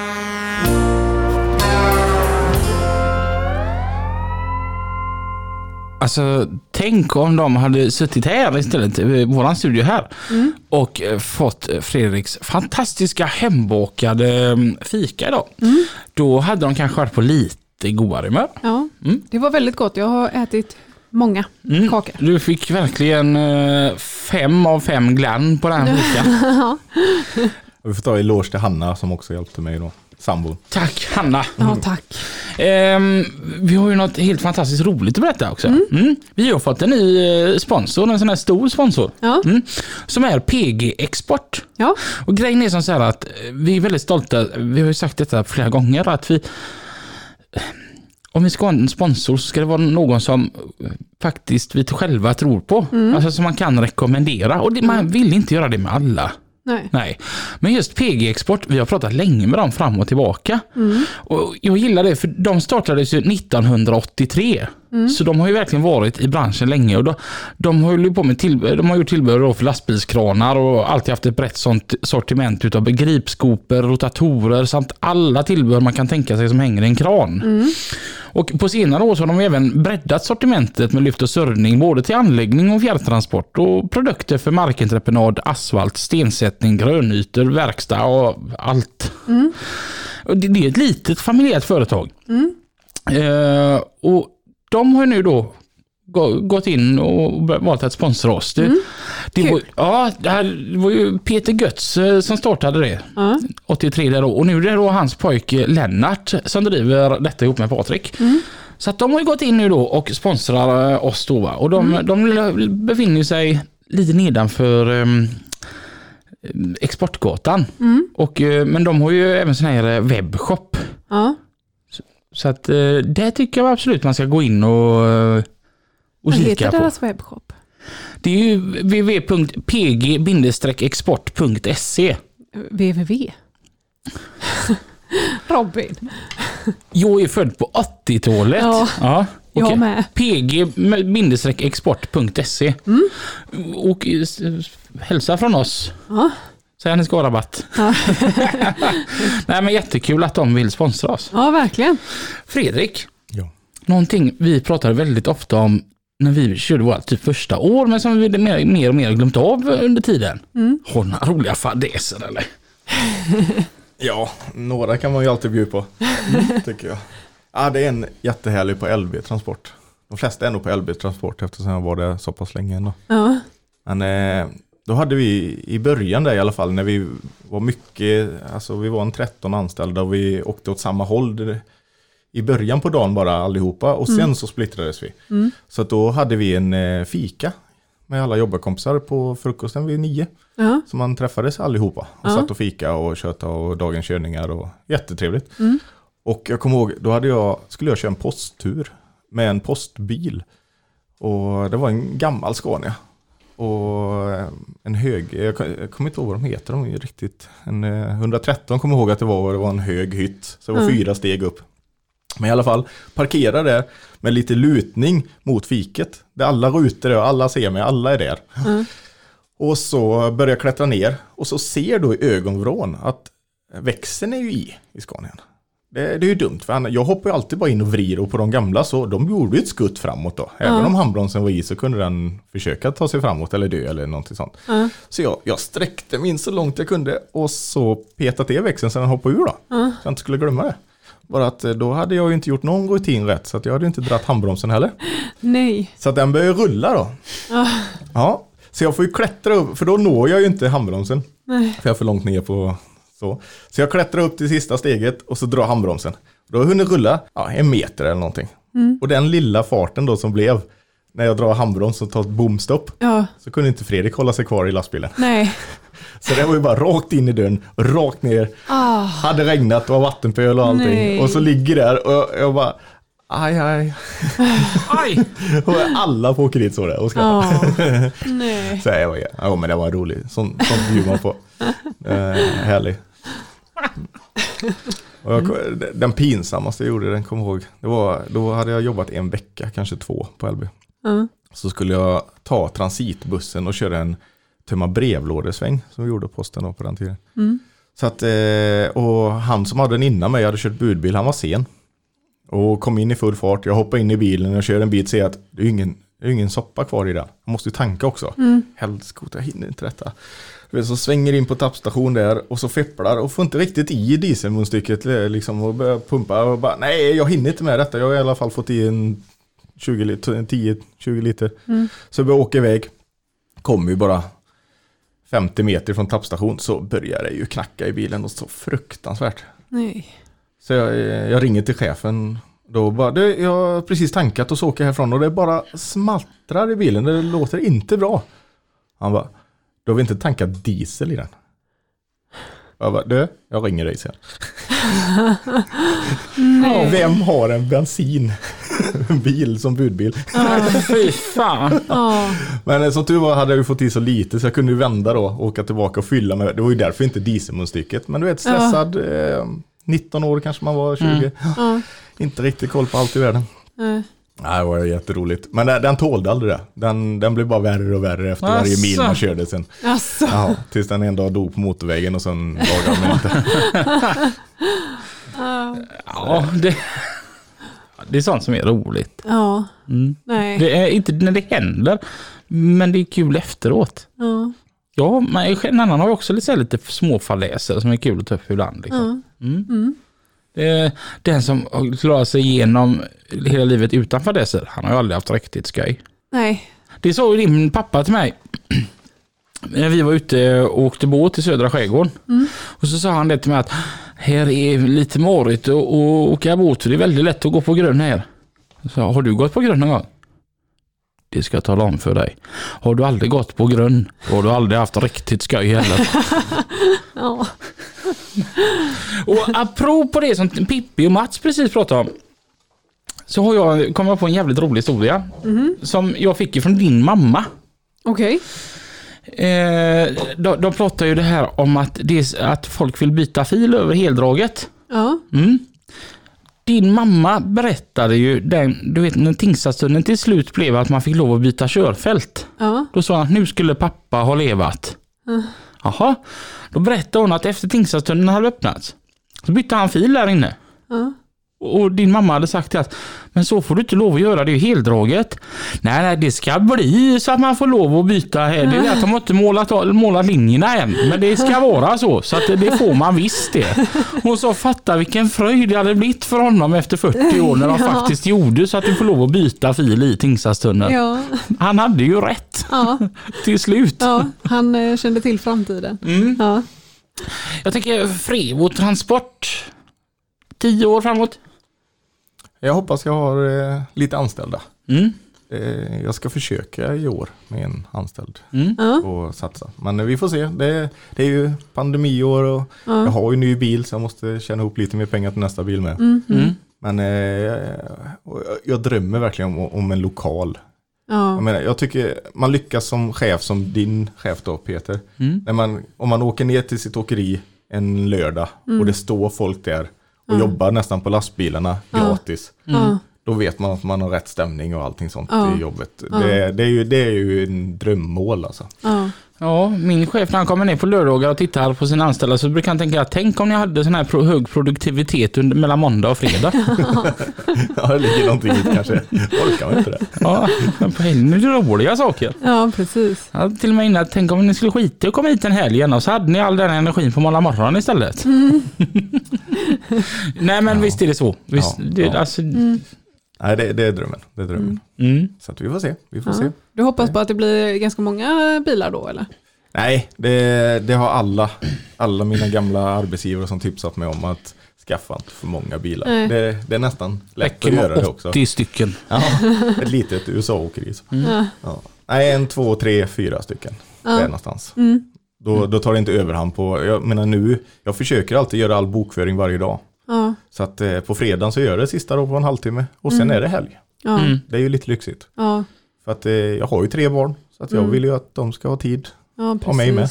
Speaker 2: Alltså, tänk om de hade suttit här istället, i våran studio här, och fått Fredriks fantastiska hembakade fika idag. Då hade de kanske varit på lite godare humör. Ja,
Speaker 1: det var väldigt gott. Jag har ätit många kakor.
Speaker 2: Du fick verkligen 5 av 5 glann på den här fikan.
Speaker 6: Vi får ta eloge till Hanna som också hjälpte mig då. Sambo.
Speaker 2: Tack Hanna.
Speaker 1: Ja, tack.
Speaker 2: Vi har ju något helt fantastiskt roligt att berätta också. Vi har fått en ny sponsor, en sån här stor sponsor.
Speaker 1: Ja.
Speaker 2: Som är PG Export.
Speaker 1: Ja.
Speaker 2: Och grejen är som så här att vi är väldigt stolta, vi har ju sagt detta flera gånger, att om vi ska ha en sponsor så ska det vara någon som faktiskt vi själva tror på. Alltså som man kan rekommendera. Och man vill inte göra det med alla. Nej. Men just PG Export, vi har pratat länge med dem fram och tillbaka. Och jag gillar det, för de startades ju 1983. Så de har ju verkligen varit i branschen länge. Och de har ju på med de har gjort tillbehör för lastbilskranar och alltid haft ett brett sånt sortiment utav begripskoper, rotatorer samt alla tillbehör man kan tänka sig som hänger i en kran. Och på senare år så har de även breddat sortimentet med lyft och surrning både till anläggning och fjärrtransport och produkter för markentreprenad, asfalt, stensättning, grönytor, verkstad och allt. Och det är ett litet familjärt företag. Och de har nu då gått in och valt att sponsra oss. Det var ju Peter Götz som startade det 83 där då. Och nu är det då hans pojke Lennart som driver detta ihop med Patrik. Så att de har ju gått in nu då och sponsrar oss då. Va? Och de befinner sig lite nedanför Exportgatan. Men de har ju även sån här webbshop. Så att det tycker jag absolut man ska gå in och kika på. Vad heter
Speaker 1: deras webbshop?
Speaker 2: Det är ju www.pg-export.se.
Speaker 1: www. Robin.
Speaker 2: Jag är född på 80-talet.
Speaker 1: Ja, jag med.
Speaker 2: pg-export.se. Och hälsa från oss. Så ni ska ha rabatt. Nej, men jättekul att de vill sponsra oss.
Speaker 1: Ja, verkligen.
Speaker 2: Fredrik, någonting vi pratar väldigt ofta om när vi körde vårt typ första år, men som vi mer och mer glömt av under tiden. Har några roliga fadäser eller?
Speaker 6: Ja, några kan man ju alltid bjuda på, tycker jag. Ja, det är en jättehärlig på LB Transport. De flesta är nog på LB Transport eftersom jag var där så pass länge ändå. Men då hade vi i början där i alla fall, när vi var mycket, alltså vi var en 13 anställda och vi åkte åt samma håll i början på dagen bara allihopa och sen så splittrades vi. Så att då hade vi en fika med alla jobbarkompisar på frukosten vid 9. Så man träffades allihopa och satt och fika och köta och dagens körningar och jättetrevligt. Och jag kommer ihåg, då skulle jag köra en posttur med en postbil. Och det var en gammal Scania. Och en hög, jag kommer inte ihåg vad de heter, de är riktigt, en 113 kommer jag ihåg att det var en hög hytt. Så det var 4 steg upp. Men i alla fall, parkera där med lite lutning mot fiket. Där alla rutor är, alla ser mig, alla är där. Och så börjar jag klättra ner. Och så ser då i ögonvrån att växeln är ju i Scanian. Det är ju dumt, för jag hoppar ju alltid bara in och vrider, och på de gamla så de gjorde ju ett skutt framåt då. Även om handbromsen var i så kunde den försöka ta sig framåt eller dö eller någonting sånt. Så jag sträckte mig in så långt jag kunde och så petade det växeln så den hoppade ur då. Så jag inte skulle glömma det. Bara att då hade jag ju inte gjort någon rutin rätt, så att jag hade inte dratt handbromsen heller.
Speaker 1: Nej.
Speaker 6: Så att den började rulla då. Ja, så jag får ju klättra upp, för då når jag ju inte handbromsen.
Speaker 1: Nej.
Speaker 6: För jag är för långt ner på så. Så jag klättrar upp till sista steget och så drar handbromsen. Då har jag hunnit rulla 1 meter eller någonting. Och den lilla farten då som blev när jag drar handbroms och tar ett bomstopp, så kunde inte Fredrik hålla sig kvar i lastbilen.
Speaker 1: Nej.
Speaker 6: Så det var ju bara rakt in i dörren, rakt ner. Hade regnat och vattenpöl och allting. Nej. Och så ligger där och jag bara, aj. Och alla på åkeriet så där och
Speaker 1: nej.
Speaker 6: Så jag var, men det var roligt. Sånt bjuder man på. Härlig. Och den pinsammaste jag gjorde, den kom ihåg. Då hade jag jobbat 1 vecka, kanske 2 på LB. Så skulle jag ta transitbussen och köra en tömma brevlådesväng som vi gjorde posten då på den tiden. Så att, och han som hade den innan mig hade kört budbil, han var sen. Och kom in i full fart. Jag hoppade in i bilen och kör en bit och ser att det är ingen soppa kvar i den. Jag måste ju tanka också. Helskot, jag hinner inte detta. Så svänger in på tappstation där och så fepplar och får inte riktigt i dieselmunstycket liksom, och börjar pumpa och bara, nej, jag hinner inte med detta. Jag har i alla fall fått i en 10-20 liter. Så jag börjar åka iväg. Kommer ju bara 50 meter från tappstation så börjar det ju knacka i bilen och så fruktansvärt.
Speaker 1: Nej.
Speaker 6: Så jag ringer till chefen Då bara, jag har precis tankat och så åker härifrån och det bara smattrar i bilen. Det låter inte bra. Han bara, då har vi inte tankat diesel i den. Jag bara, jag ringer dig sen. Vem har en bensinbil som budbil?
Speaker 2: Fy fan.
Speaker 6: Men som tur var hade jag ju fått i så lite så jag kunde ju vända då, åka tillbaka och fylla med. Det var ju därför inte dieselmunstycket. Men du vet, stressad, 19 år kanske man var, 20. Inte riktigt koll på allt i världen. Nej, det var jätteroligt. Men den tålde aldrig det. Den blev bara värre och värre efter varje mil man körde sen. Ja, tills den en dag dog på motorvägen och sen lagade den inte.
Speaker 2: Ja, det är sånt som är roligt.
Speaker 1: Ja. Nej.
Speaker 2: Det är inte när det händer, men det är kul efteråt. Ja, men en annan har också lite småfalläser som är kul att ta upp ibland. Liksom. Den som klarar sig igenom hela livet utan fadäser, han har ju aldrig haft riktigt skoj.
Speaker 1: Nej.
Speaker 2: Det sa ju din pappa till mig när vi var ute och åkte båt i södra skärgården. Och så sa han det till mig att här är lite marigt att åka båt för det är väldigt lätt att gå på grön här. Så har du gått på grön någon gång? Det ska jag tala om för dig. Har du aldrig gått på grön har du aldrig haft riktigt skoj heller.
Speaker 1: Ja.
Speaker 2: Och apropå det som Pippi och Mats precis pratade om, så har jag kommit på en jävligt rolig historia som jag fick från din mamma.
Speaker 1: Okej.
Speaker 2: De pratar ju det här om att folk vill byta fil över heldraget.
Speaker 1: Ja.
Speaker 2: Din mamma berättade ju du vet när tingsrättsstunden till slut blev att man fick lov att byta körfält.
Speaker 1: Ja.
Speaker 2: Då sa han att nu skulle pappa ha levat. Jaha. Då berättade hon att efter tingsrättsstunden hade öppnats så bytte han fil där inne.
Speaker 1: Ja.
Speaker 2: Och din mamma hade sagt att men så får du inte lov att göra, det är heldraget. Nej, det ska bli så att man får lov att byta här. Det är att de har inte målat linjerna än, men det ska vara så att det får man visst det. Och så fatta vilken fröjd det hade blivit för honom efter 40 år när de faktiskt gjorde så att du får lov att byta fil i tingsrättstunden.
Speaker 1: Ja.
Speaker 2: Han hade ju rätt.
Speaker 1: Ja.
Speaker 2: Till slut.
Speaker 1: Ja, han kände till framtiden. Ja.
Speaker 2: Jag tänker Frevo Transport 10 år framåt.
Speaker 6: Jag hoppas jag har lite anställda. Jag ska försöka i år med en anställd och satsa. Men vi får se. Det är ju pandemiår och jag har ju ny bil så jag måste tjäna ihop lite mer pengar till nästa bil med. Men jag drömmer verkligen om en lokal. Jag tycker man lyckas som chef, som din chef då Peter. Om man åker ner till sitt åkeri en lördag och det står folk där och jobbar nästan på lastbilarna gratis. Då vet man att man har rätt stämning och allting sånt i jobbet. Det är ju en drömmål alltså.
Speaker 2: Ja, min chef när han kommer ner på lördagar och tittar på sina anställda så brukar han tänka att tänk om ni hade sån här hög produktivitet mellan måndag och fredag.
Speaker 6: Ja, det ligger någonting i kanske. Orkar man inte det?
Speaker 2: Ja, på helgen är det roliga saker.
Speaker 1: Ja, precis.
Speaker 2: Ja, till och med innan, tänk om ni skulle skita och komma hit en helgen och så hade ni all den energin på måndag morgon istället. Nej, men visst är det så. Visst, alltså...
Speaker 6: Nej, det är drömmen. Det är drömmen. Så att vi får se. Se.
Speaker 1: Du hoppas på att det blir ganska många bilar då, eller?
Speaker 6: Nej, det har alla mina gamla arbetsgivare som tipsat mig om att skaffa inte för många bilar. Det är nästan lätt att göra det också.
Speaker 2: 80 stycken.
Speaker 6: Ja, ett litet USA-åkeri. Ja. Nej, 2, 3, 4 stycken. Det är någonstans. Då tar det inte överhand på... Jag menar nu, jag försöker alltid göra all bokföring varje dag. Så att på fredagen så gör jag det sista då på en halvtimme. Och sen är det helg. Det är ju lite lyxigt. För att jag har ju 3 barn. Så att jag vill ju att de ska ha tid. Ha mig med.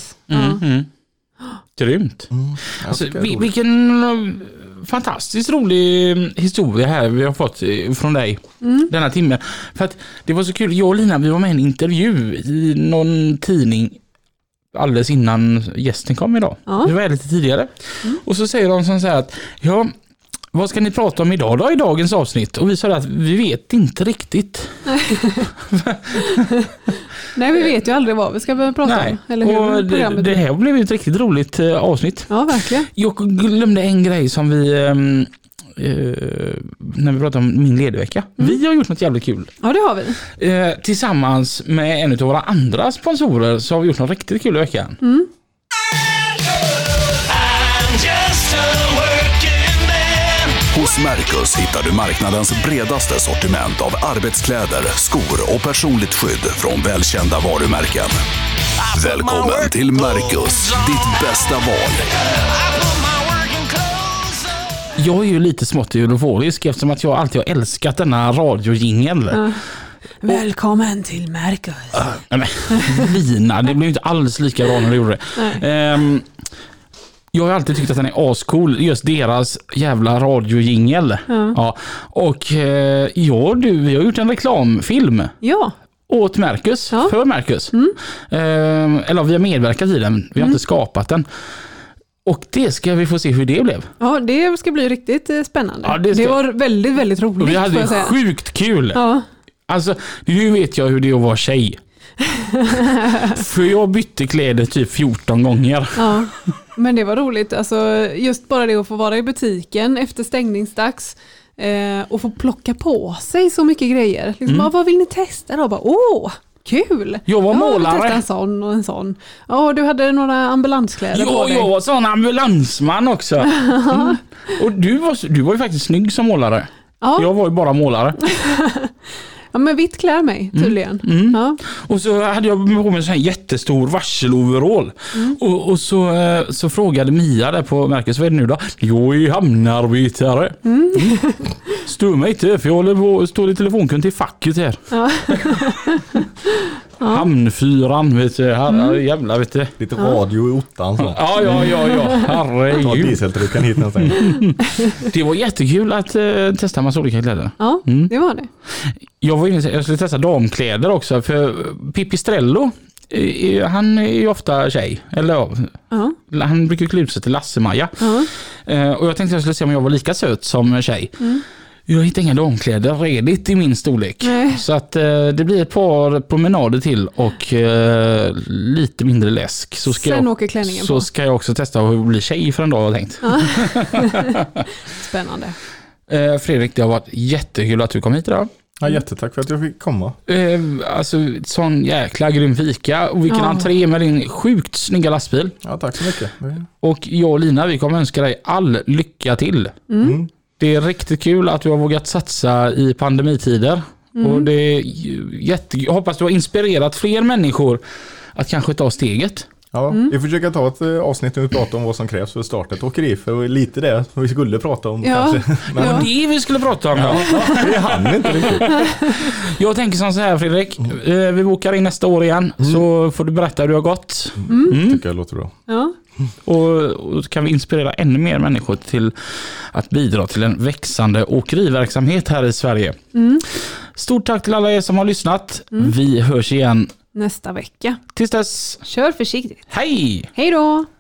Speaker 2: Grymt. Alltså, vilken fantastiskt rolig historia här vi har fått från dig denna timme. För att det var så kul. Jag och Lina, vi var med i en intervju i någon tidning alldeles innan gästen kom idag. Det var lite tidigare. Och så säger de så här att vad ska ni prata om idag då i dagens avsnitt? Och vi sa att vi vet inte riktigt.
Speaker 1: Nej, vi vet ju aldrig vad vi ska börja prata om. Eller hur?
Speaker 2: Och det här blev ett riktigt roligt avsnitt.
Speaker 1: Ja, verkligen.
Speaker 2: Jag glömde en grej som vi... när vi pratar om min ledvecka. Vi har gjort något jävligt kul.
Speaker 1: Ja, det har vi.
Speaker 2: Tillsammans med en av våra andra sponsorer så har vi gjort något riktigt kul i veckan.
Speaker 7: Hos Mercus hittar du marknadens bredaste sortiment av arbetskläder, skor och personligt skydd från välkända varumärken. Välkommen till Mercus, ditt bästa val.
Speaker 2: Jag är ju lite smått euforisk eftersom att jag alltid har älskat denna radiojingel.
Speaker 1: Välkommen till Mercus.
Speaker 2: Lina, det blev inte alls lika bra när du gjorde det. Jag har alltid tyckt att den är ascool, just deras jävla radiojingel. Ja. Och vi har gjort en reklamfilm.
Speaker 1: Ja.
Speaker 2: Åt Mercus, för Mercus. Eller vi har medverkat i den, vi har inte skapat den. Och det ska vi få se hur det blev.
Speaker 1: Ja, det ska bli riktigt spännande.
Speaker 2: Ja,
Speaker 1: det var väldigt, väldigt roligt.
Speaker 2: Och vi hade sjukt kul.
Speaker 1: Ja.
Speaker 2: Alltså, nu vet jag hur det är att vara tjej. För jag bytte kläder typ 14 gånger.
Speaker 1: Ja, men det var roligt. Alltså, just bara det att få vara i butiken efter stängningsdags och få plocka på sig så mycket grejer. Liksom, vad vill ni testa då? Bara, kul!
Speaker 2: Jag var målare.
Speaker 1: Jag testade en sån och en sån. Ja, du hade några ambulanskläder på dig.
Speaker 2: Jag var sån ambulansman också. Och du var ju faktiskt snygg som målare.
Speaker 1: Ja.
Speaker 2: Jag var ju bara målare.
Speaker 1: Ja, men vitt klär mig tydligen. Ja.
Speaker 2: Och så hade jag på mig en sån här jättestor varseloverall. Och så frågade Mia där på Mercus, vad är det nu då? Jag är hamnarbetare. Stör mig inte, för jag håller på att stå i telefonkund till facket här.
Speaker 1: Ja.
Speaker 2: Hamnfyran, vet du. Jävla, vet du.
Speaker 6: Lite radio i ottan så.
Speaker 2: Ja. Herregud.
Speaker 6: Ta dieseltrycken hit nästan.
Speaker 2: Det var jättekul att testa massa olika kläder.
Speaker 1: Ja, det var det.
Speaker 2: Jag skulle testa damkläder också, för Pipistrello, han är ju ofta tjej. Eller han brukar klä ut sig till Lasse-Maja. Och jag tänkte att jag skulle se om jag var lika söt som tjej. Jag hittar inga damkläder redigt i min storlek. Nej. Så att det blir ett par promenader till och lite mindre läsk.
Speaker 1: Sen åker klänningen
Speaker 2: så
Speaker 1: på.
Speaker 2: Ska jag också testa att bli tjej för en dag, har jag tänkt.
Speaker 1: Spännande.
Speaker 2: Fredrik, det har varit jättekul att du kom hit idag.
Speaker 6: Ja, jättetack för att jag fick komma.
Speaker 2: Alltså, sån jäkla grym fika. Och vilken entré med din sjukt snygga lastbil.
Speaker 6: Ja, tack så mycket.
Speaker 2: Och jag och Lina, vi kommer önska dig all lycka till. Det är riktigt kul att du har vågat satsa i pandemitider. Och det är jag hoppas du har inspirerat fler människor att kanske ta steget.
Speaker 6: Ja, vi försöker ta ett avsnitt när vi pratar om vad som krävs för att starta ett åkeri. För lite det som vi skulle prata om kanske.
Speaker 2: Men det vi skulle prata om.
Speaker 6: Det hann inte riktigt.
Speaker 2: Jag tänker som så här, Fredrik. Vi bokar in nästa år igen. Så får du berätta hur det har gått.
Speaker 6: Tycker jag låter bra.
Speaker 1: Ja.
Speaker 2: Och kan vi inspirera ännu mer människor till att bidra till en växande åkeriverksamhet här i Sverige. Stort tack till alla er som har lyssnat. Vi hörs igen
Speaker 1: nästa vecka.
Speaker 2: Tills dess.
Speaker 1: Kör försiktigt.
Speaker 2: Hej!
Speaker 1: Hej då!